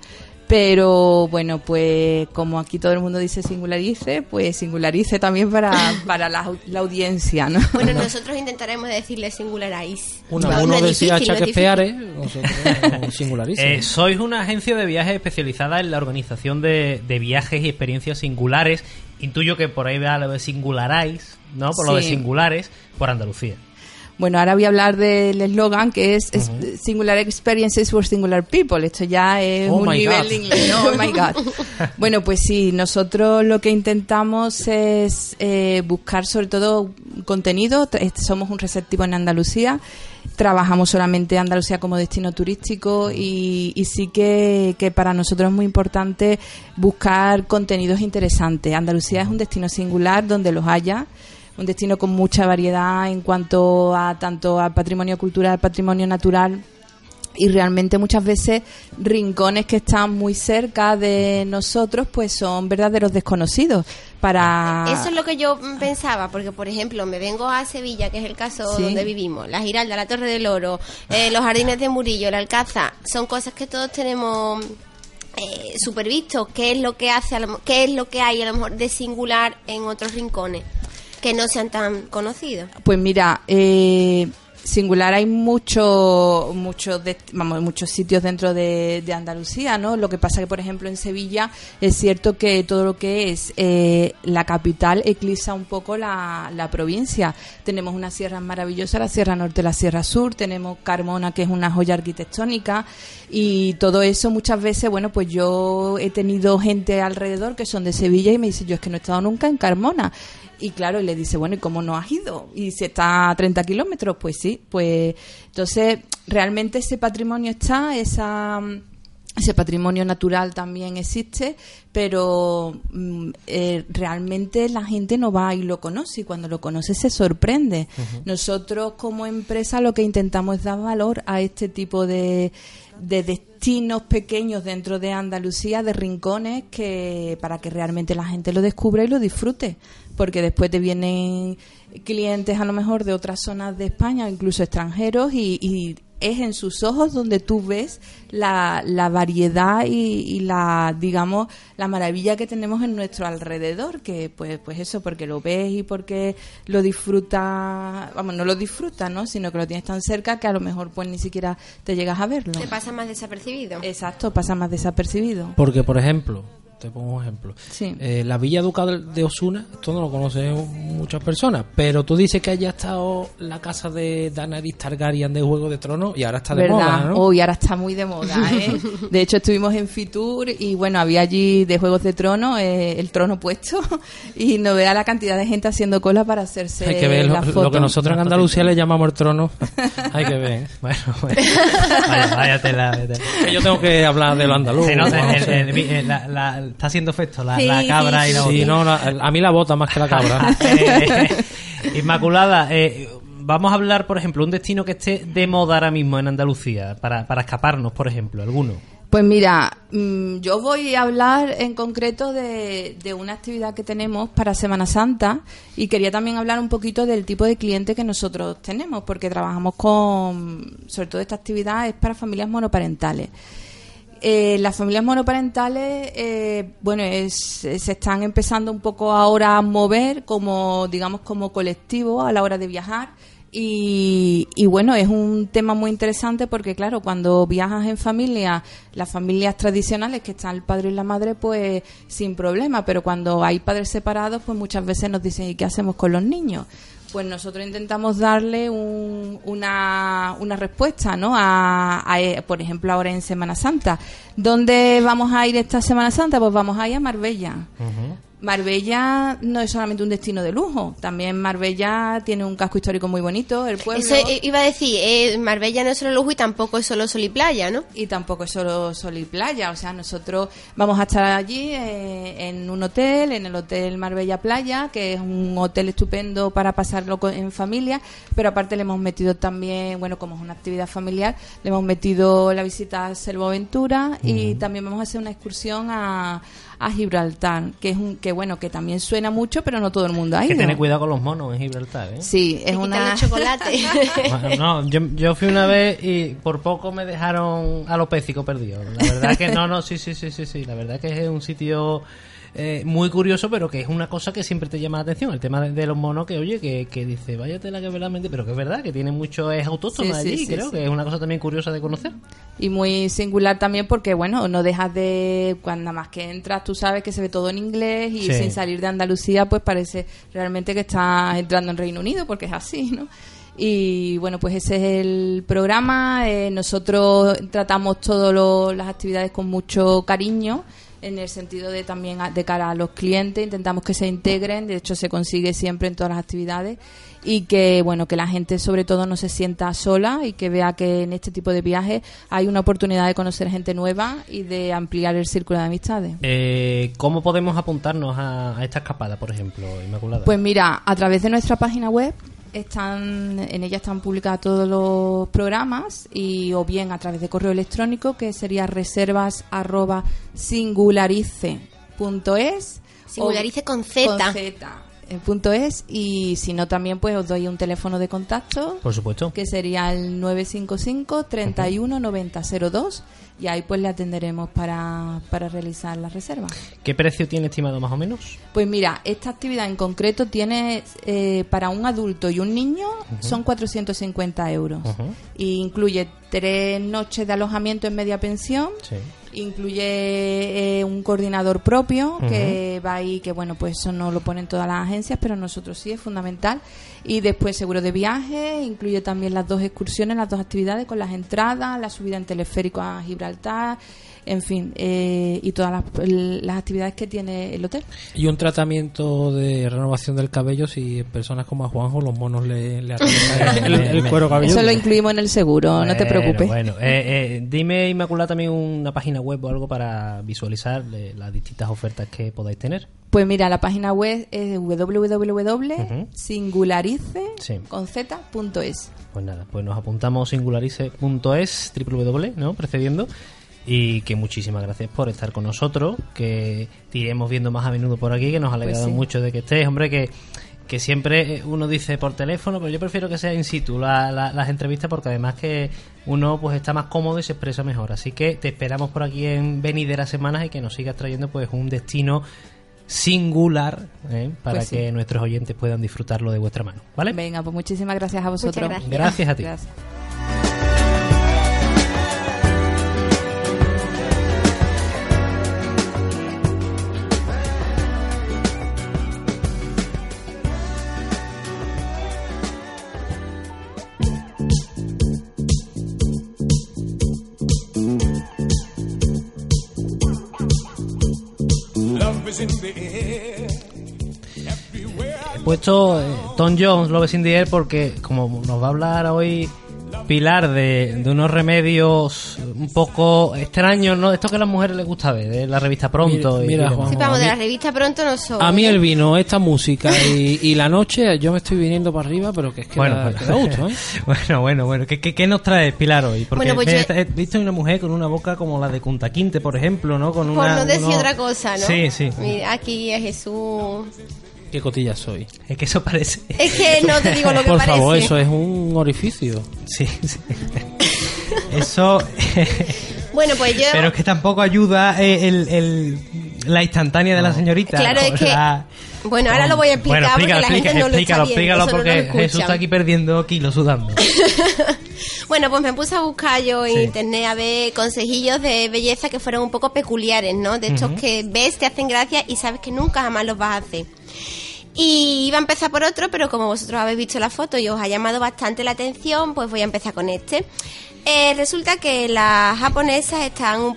S5: Pero bueno, pues como aquí todo el mundo dice singularice, pues singularice también para, para la, la audiencia, ¿no?
S3: Bueno, nosotros intentaremos decirle Singularais.
S4: Uno,
S3: No,
S4: uno
S3: no es
S4: decía
S3: difícil, no es
S4: Shakespeare,
S3: difícil.
S4: nosotros Singularise.
S2: Eh, sois una agencia de viajes especializada en la organización de, de viajes y experiencias singulares. Intuyo que por ahí va lo de Singularais, ¿no? Por lo de
S5: Sí.
S2: singulares, por Andalucía.
S5: Bueno, ahora voy a hablar del eslogan que es, es
S2: Ujú.
S5: Singular Experiences for Singular People. Esto ya es
S4: Oh
S5: un
S4: my
S5: nivel
S4: God.
S5: de inglés, ¿no? Oh my God. Bueno, pues sí, nosotros lo que intentamos es eh, buscar sobre todo contenido. Tra- Somos un receptivo en Andalucía. Trabajamos solamente Andalucía como destino turístico y, y sí que, que para nosotros es muy importante buscar contenidos interesantes. Andalucía es un destino singular donde los haya. Un destino con mucha variedad en cuanto a tanto al patrimonio cultural, patrimonio natural y realmente muchas veces rincones que están muy cerca de nosotros pues son verdaderos desconocidos para...
S3: Eso es lo que yo mm, pensaba, porque por ejemplo me vengo a Sevilla, que es el caso
S5: Sí.
S3: donde vivimos, la Giralda, la Torre del Oro, eh, los Jardines de Murillo, el Alcázar, son cosas que todos tenemos eh, supervistos. ¿Qué es lo que hace, a lo mo- qué es lo que hay a lo mejor de singular en otros rincones que no sean tan conocidos?
S5: Pues mira, eh, singular hay mucho, mucho de- vamos, muchos sitios dentro de, de Andalucía, ¿no? Lo que pasa que, por ejemplo, en Sevilla es cierto que todo lo que es eh, la capital eclipsa un poco la, la provincia. Tenemos una sierra maravillosa, la Sierra Norte, la Sierra Sur, tenemos Carmona, que es una joya arquitectónica, y todo eso muchas veces, bueno, pues yo he tenido gente alrededor que son de Sevilla y me dice, yo es que no he estado nunca en Carmona. Y claro, y le dice, bueno, ¿y cómo no has ido? Y si está a treinta kilómetros, pues sí, pues entonces realmente ese patrimonio está, esa ese patrimonio natural también existe, pero mm, eh, realmente la gente no va y lo conoce, y cuando lo conoce se sorprende. Uh-huh. Nosotros como empresa lo que intentamos es dar valor a este tipo de, de destinos pequeños dentro de Andalucía, de rincones, que para que realmente la gente lo descubra y lo disfrute, porque después te vienen clientes a lo mejor de otras zonas de España, incluso extranjeros, y, y es en sus ojos donde tú ves la, la variedad y, y la, digamos, la maravilla que tenemos en nuestro alrededor, que pues pues eso, porque lo ves y porque lo disfrutas, vamos, no lo disfrutas, ¿no? Sino que lo tienes tan cerca que a lo mejor pues ni siquiera te llegas a verlo.
S3: Te pasa más desapercibido.
S5: Exacto, pasa más desapercibido.
S4: Porque, por ejemplo, te pongo un ejemplo.
S11: Sí.
S4: Eh, la Villa Ducal de Osuna, esto no lo conocen muchas personas, pero tú dices que haya estado la casa de Daenerys Targaryen de Juego de Tronos y ahora está de
S11: ¿verdad?
S4: moda, ¿no?
S11: Oh, y ahora está muy de moda, ¿eh? De hecho, estuvimos en Fitur y bueno, había allí de Juegos de Tronos eh, el trono puesto y no vea la cantidad de gente haciendo cola para hacerse
S4: Hay que ver
S11: la
S4: lo,
S11: foto.
S4: lo que nosotros en Andalucía le llamamos el trono. Hay que ver. Bueno, bueno.
S2: Vaya, vaya tela, vaya tela.
S4: Que yo tengo que hablar de lo andaluz.
S2: Se nota,
S4: no
S2: el-
S4: sé.
S2: el- el- la- la- está haciendo efecto la,
S3: Sí,
S2: la cabra y la
S4: Sí, no, la- a mí la bota más que la cabra.
S2: Eh, Inmaculada, eh, vamos a hablar, por ejemplo, un destino que esté de moda ahora mismo en Andalucía, para, para escaparnos, por ejemplo, alguno.
S11: Pues mira, mm, yo voy a hablar en concreto de, de una actividad que tenemos para Semana Santa y quería también hablar un poquito del tipo de cliente que nosotros tenemos, porque trabajamos con, sobre todo esta actividad es para familias monoparentales. Eh, las familias monoparentales, eh, bueno, es, se están empezando un poco ahora a mover como, digamos, como colectivo a la hora de viajar. Y, y bueno, es un tema muy interesante porque, claro, cuando viajas en familia, las familias tradicionales que están el padre y la madre, pues sin problema, pero cuando hay padres separados, pues muchas veces nos dicen, ¿y qué hacemos con los niños? Pues nosotros intentamos darle un, una, una respuesta, ¿no? A, a, por ejemplo, ahora en Semana Santa. ¿Dónde vamos a ir esta Semana Santa? Pues vamos a ir a Marbella.
S2: Uh-huh.
S11: Marbella no es solamente un destino de lujo, también Marbella tiene un casco histórico muy bonito, el pueblo...
S3: Eso eh, iba a decir, eh, Marbella no es solo lujo y tampoco es solo sol y playa, ¿no?
S11: Y tampoco es solo sol y playa, o sea, nosotros vamos a estar allí eh, en un hotel, en el Hotel Marbella Playa, que es un hotel estupendo para pasarlo con- en familia, pero aparte le hemos metido también, bueno, como es una actividad familiar, le hemos metido la visita a Selvaventura y también vamos a hacer una excursión a... a Gibraltar, que es un que bueno, que también suena mucho, pero no todo el mundo ha
S2: Hay que
S11: ido.
S2: tener cuidado con los monos en Gibraltar, ¿eh?
S11: Sí, es
S3: Te quitan
S11: una
S3: los chocolates.
S2: Bueno, no, yo, yo fui una vez y por poco me dejaron alopécico perdido. La verdad que no, no, sí, sí, sí, sí, sí. La verdad que es un sitio eh, muy curioso, pero que es una cosa que siempre te llama la atención. El tema de, de los monos, que oye, que, que dice, váyate la que verdaderamente, pero que es verdad, que tiene mucho, es autóctono
S11: Sí, sí,
S2: allí,
S11: sí,
S2: creo
S11: sí.
S2: que es una cosa también curiosa de conocer.
S11: y muy singular también porque bueno, no dejas de cuando nada más que entras tú sabes que se ve todo en inglés y
S2: Sí.
S11: sin salir de Andalucía pues parece realmente que estás entrando en Reino Unido porque es así, ¿no? Y bueno, pues ese es el programa. Eh, nosotros tratamos todas las actividades con mucho cariño, en el sentido de también a- de cara a los clientes, intentamos que se integren, de hecho se consigue siempre en todas las actividades, y que bueno, que la gente sobre todo no se sienta sola y que vea que en este tipo de viajes hay una oportunidad de conocer gente nueva y de ampliar el círculo de amistades.
S2: Eh, ¿Cómo podemos apuntarnos a, a esta escapada, por ejemplo, Inmaculada?
S11: Pues mira, a través de nuestra página web están en ella están publicados todos los programas, y o bien a través de correo electrónico, que sería reservas arroba singularice punto es,
S3: Singularice
S11: o-
S3: con Z.
S11: con Z, eh, punto es, y si no también pues os doy un teléfono de contacto
S2: Por supuesto.
S11: que sería el nueve cinco cinco, treinta y uno, noventa cero dos, y ahí pues le atenderemos para, para realizar la reserva.
S2: ¿Qué precio tiene estimado más o menos?
S11: Pues mira, esta actividad en concreto tiene eh, para un adulto y un niño son cuatrocientos cincuenta euros.
S2: Ujú.
S11: Y incluye tres noches de alojamiento en media pensión,
S2: Sí.
S11: incluye eh, un coordinador propio que va ahí, que bueno, pues eso no lo ponen todas las agencias, pero nosotros sí, es fundamental. Y después seguro de viaje, incluye también las dos excursiones, las dos actividades con las entradas, la subida en teleférico a Gibraltar, en fin, eh, y todas las, las actividades que tiene el hotel.
S4: Y un tratamiento de renovación del cabello si personas como a Juanjo los monos le, le arrancan el, el cuero cabelludo.
S11: Eso lo incluimos en el seguro, no te
S2: Bueno,
S11: preocupes.
S2: Bueno, eh, eh, dime, Inmaculada, también una página web o algo para visualizar eh, las distintas ofertas que podáis tener.
S11: Pues mira, la página web es doble u doble u doble
S2: Ujú.
S11: punto singularice
S2: Sí.
S11: con z punto es.
S2: Pues nada, pues nos apuntamos singularice punto es, www, ¿no? Precediendo. Y que muchísimas gracias por estar con nosotros, que te iremos viendo más a menudo por aquí, que nos ha alegrado
S11: Pues sí.
S2: mucho de que estés, hombre, que, que siempre uno dice por teléfono, pero yo prefiero que sea in situ la- la- las entrevistas, porque además que uno pues está más cómodo y se expresa mejor. Así que te esperamos por aquí en venideras semanas y que nos sigas trayendo pues un destino singular, ¿eh? Para
S11: Pues sí.
S2: que nuestros oyentes puedan disfrutarlo de vuestra mano, ¿vale?
S11: Venga, pues muchísimas gracias a vosotros.
S3: gracias.
S2: Gracias a ti.
S11: Gracias.
S2: He puesto eh, Tom Jones, Love is in the Air, porque como nos va a hablar hoy Pilar de, de unos remedios un poco extraños, ¿no? Esto que a las mujeres les gusta ver, de la revista Pronto.
S4: Mira,
S2: y,
S4: mira,
S2: y
S4: Juan,
S3: Sí, vamos, de la revista Pronto no soy.
S4: A mí el vino, esta música y, y la noche, yo me estoy viniendo para arriba, pero que es que
S2: Bueno,
S4: da,
S2: bueno.
S4: que da gusto, ¿eh?
S2: bueno, bueno, bueno. ¿Qué, qué, qué nos trae Pilar hoy? Porque
S3: Bueno, pues
S2: me-
S3: yo-
S2: he visto una mujer con una boca como la de Kunta Kinte, por ejemplo, ¿no? Con
S3: Por
S2: una,
S3: no decir
S2: unos-
S3: otra cosa, ¿no?
S2: Sí, sí.
S3: Mira, aquí a Jesús.
S4: Qué cotilla soy.
S2: Es que eso parece...
S3: Es que no te digo lo que
S4: Por
S3: parece.
S4: favor, eso es un orificio.
S2: Sí, sí. Eso...
S3: Bueno, pues yo...
S2: Pero es que tampoco ayuda eh, el, el- la instantánea de la señorita.
S3: Claro, es
S2: con
S3: que...
S2: la-
S3: Bueno, ahora lo voy a explicar
S2: Bueno,
S3: porque la
S2: explica,
S3: gente no lo
S2: explícalo,
S3: está viendo,
S2: explícalo
S3: solo
S2: porque
S3: lo escuchan.
S2: Jesús está aquí perdiendo kilos sudando.
S3: Bueno, pues me puse a buscar yo en
S2: Sí.
S3: internet a ver consejillos de belleza que fueron un poco peculiares, ¿no? De estos
S2: Ujú.
S3: que ves, te hacen gracia y sabes que nunca jamás los vas a hacer. Y iba a empezar por otro, pero como vosotros habéis visto la foto y os ha llamado bastante la atención, pues voy a empezar con este. Eh, resulta que las japonesas están un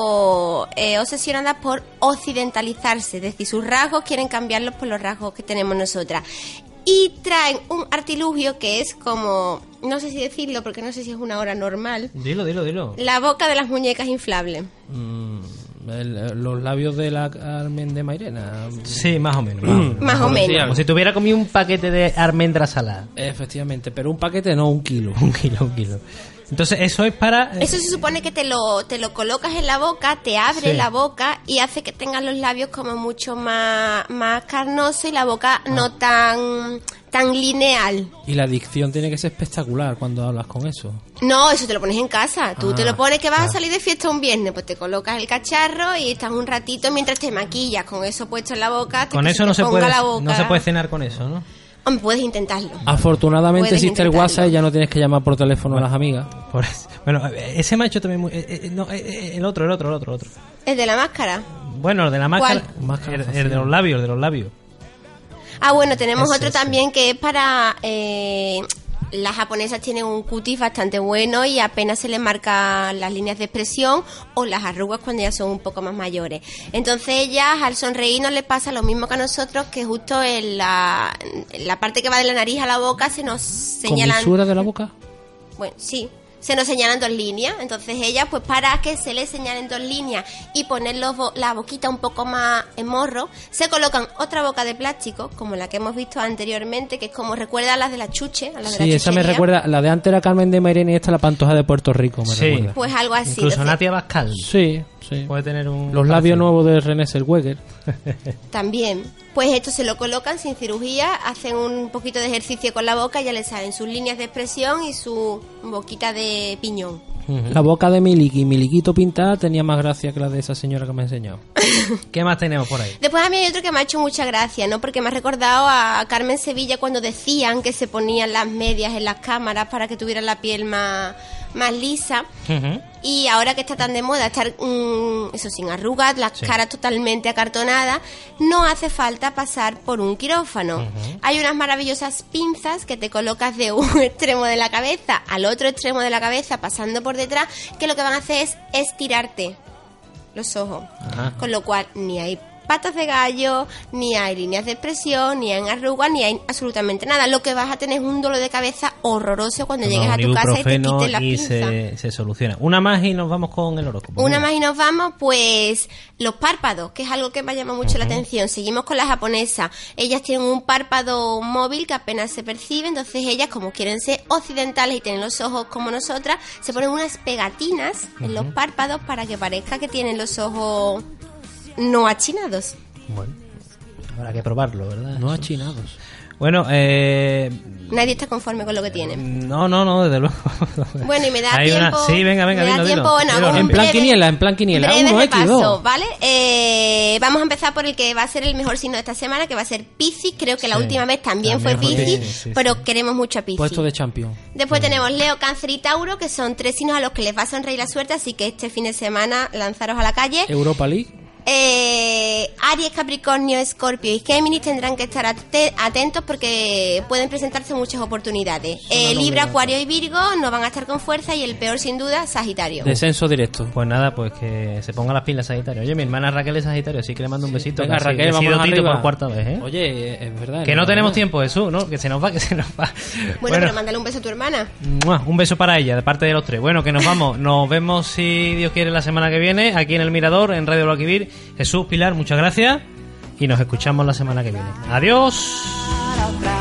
S3: poco eh, obsesionadas por occidentalizarse, es decir, sus rasgos quieren cambiarlos por los rasgos que tenemos nosotras. Y traen un artilugio que es como, no sé si decirlo porque no sé si es una hora normal,
S2: Dilo, dilo, dilo.
S3: la boca de las muñecas inflables.
S4: Mm, el- los labios de la Carmen de Mairena.
S2: Sí, más o menos. Más o menos.
S3: Más o menos.
S2: Como si tuviera comido un paquete de almendra salada.
S4: Efectivamente, pero un paquete no, un kilo.
S2: Un kilo, un kilo. Entonces, eso es para... eh,
S3: Eso se supone que te lo, te lo colocas en la boca, te abre
S2: Sí.
S3: la boca y hace que tengas los labios como mucho más, más carnosos y la boca
S2: Ah.
S3: no tan, tan lineal.
S4: Y la dicción tiene que ser espectacular cuando hablas con eso.
S3: No, eso te lo pones en casa. Tú
S4: Ah,
S3: te lo pones que vas
S4: ah.
S3: a salir de fiesta un viernes, pues te colocas el cacharro y estás un ratito mientras te maquillas con eso puesto en la boca. hasta
S2: Con
S3: que
S2: eso
S3: te
S2: no se,
S3: ponga
S2: puede,
S3: la boca.
S2: no se puede cenar con eso, ¿no?
S3: Hombre, puedes intentarlo.
S4: Afortunadamente
S3: Puedes
S4: existe el
S3: intentarlo.
S4: WhatsApp y ya no tienes que llamar por teléfono a las amigas.
S2: Por eso. Bueno, ese macho también... Muy, eh, eh, no, eh, eh, el otro, el otro, el otro, el otro.
S3: El de la máscara.
S2: Bueno, el de la máscara...
S4: Máscara
S2: el,
S4: facial.
S2: el de los labios, el de los labios.
S3: Ah, bueno, tenemos
S2: Ese,
S3: otro
S2: ese.
S3: también que es para... Eh, las japonesas tienen un cutis bastante bueno y apenas se les marcan las líneas de expresión o las arrugas cuando ya son un poco más mayores. Entonces ellas al sonreír no les pasa lo mismo que a nosotros, que justo en la, en la parte que va de la nariz a la boca se nos señalan...
S4: ¿Comisura de la boca?
S3: Bueno, sí, se nos señalan dos líneas. Entonces ellas, pues para que se les señalen dos líneas y poner los bo- la boquita un poco más en morro, se colocan otra boca de plástico, como la que hemos visto anteriormente, que es como recuerda a las de la chuche, a las de
S4: Sí,
S3: la
S4: esa me
S3: chuchería.
S4: recuerda. La de antes era Carmen de Mairena y esta la Pantoja de Puerto Rico, me
S2: Sí.
S4: recuerda.
S3: Pues algo así.
S2: Incluso
S3: Entonces,
S2: Natia Bascal
S4: Sí, sí.
S2: puede tener un...
S4: Los labios nuevos de René Zellweger.
S3: también. Pues esto se lo colocan sin cirugía, hacen un poquito de ejercicio con la boca y ya les salen sus líneas de expresión y su boquita de piñón.
S4: La boca de Miliki, Miliquito pintada, tenía más gracia que la de esa señora que me ha enseñado.
S2: ¿Qué más tenemos por ahí?
S3: Después a mí hay otro que me ha hecho mucha gracia, ¿no? Porque me ha recordado a Carmen Sevilla cuando decían que se ponían las medias en las cámaras para que tuvieran la piel más, más lisa.
S2: Ujú.
S3: Y ahora que está tan de moda estar, mm, eso, sin arrugas, las
S2: Sí.
S3: caras totalmente acartonadas, no hace falta pasar por un quirófano. Hay unas maravillosas pinzas que te colocas de un extremo de la cabeza al otro extremo de la cabeza, pasando por detrás, que lo que van a hacer es estirarte los ojos.
S2: Ajá.
S3: Con lo cual, ni hay patas de gallo, ni hay líneas de expresión, ni hay arrugas, ni hay absolutamente nada. Lo que vas a tener es un dolor de cabeza horroroso cuando llegues
S2: Toma
S3: a tu
S2: un
S3: casa y te
S2: ibuprofeno
S3: quiten las
S2: y
S3: pinzas.
S2: se, se soluciona. Una más y nos vamos con el horóscopo.
S3: Una
S2: Venga.
S3: más y nos vamos, pues los párpados, que es algo que me llama mucho la atención. Seguimos con las japonesas. Ellas tienen un párpado móvil que apenas se percibe, entonces ellas, como quieren ser occidentales y tienen los ojos como nosotras, se ponen unas pegatinas en los párpados para que parezca que tienen los ojos no achinados.
S2: Bueno, habrá que probarlo, ¿verdad?
S4: No achinados.
S2: Bueno, eh...
S3: Nadie está conforme con lo que tienen.
S2: No, no, no, desde luego.
S3: Bueno, y me da
S2: Hay una-
S3: tiempo.
S2: Sí, venga, venga,
S3: me da
S2: dilo, dilo.
S3: tiempo, bueno,
S2: Dilo,
S3: hago un
S4: En plan
S3: breve-
S4: quiniela, en plan quiniela.
S3: breve
S4: Uno, X,
S3: repaso,
S4: dos.
S3: ¿vale? Eh, vamos a empezar por el que va a ser el mejor signo de esta semana, que va a ser Piscis. Creo que la
S2: Sí,
S3: última vez también,
S2: también
S3: fue
S2: fue
S3: Piscis,
S2: Piscis, sí,
S3: pero
S2: sí.
S3: queremos mucho a Piscis.
S4: Puesto de champion.
S3: Después tenemos Leo, Cáncer y Tauro, que son tres signos a los que les va a sonreír la suerte, así que este fin de semana lanzaros a la calle.
S4: Europa League.
S3: Eh, Aries, Capricornio, Escorpio y Géminis tendrán que estar ate- atentos porque pueden presentarse muchas oportunidades. Eh, Libra, Acuario y Virgo no van a estar con fuerza y el peor sin duda, Sagitario.
S4: Descenso directo.
S2: Pues nada, pues que se ponga las pilas Sagitario. Oye, mi hermana Raquel es Sagitario, así que le mando un besito.
S4: Venga,
S2: casi,
S4: Raquel,
S2: he
S4: vamos
S2: sido Tito
S4: arriba.
S2: por cuarta vez, ¿eh?
S4: Oye, es verdad.
S2: Que no
S4: es
S2: tenemos
S4: verdad.
S2: tiempo, Jesús, ¿no? Que se nos va, que se nos va.
S3: Bueno,
S2: Bueno,
S3: pero mándale un beso a tu hermana.
S2: ¡mua! Un beso para ella, de parte de los tres. Bueno, que nos vamos. Nos vemos, si Dios quiere, la semana que viene, aquí en El Mirador, en Radio Guadalquivir. Jesús, Pilar, muchas gracias. Y nos escuchamos la semana que viene. Adiós.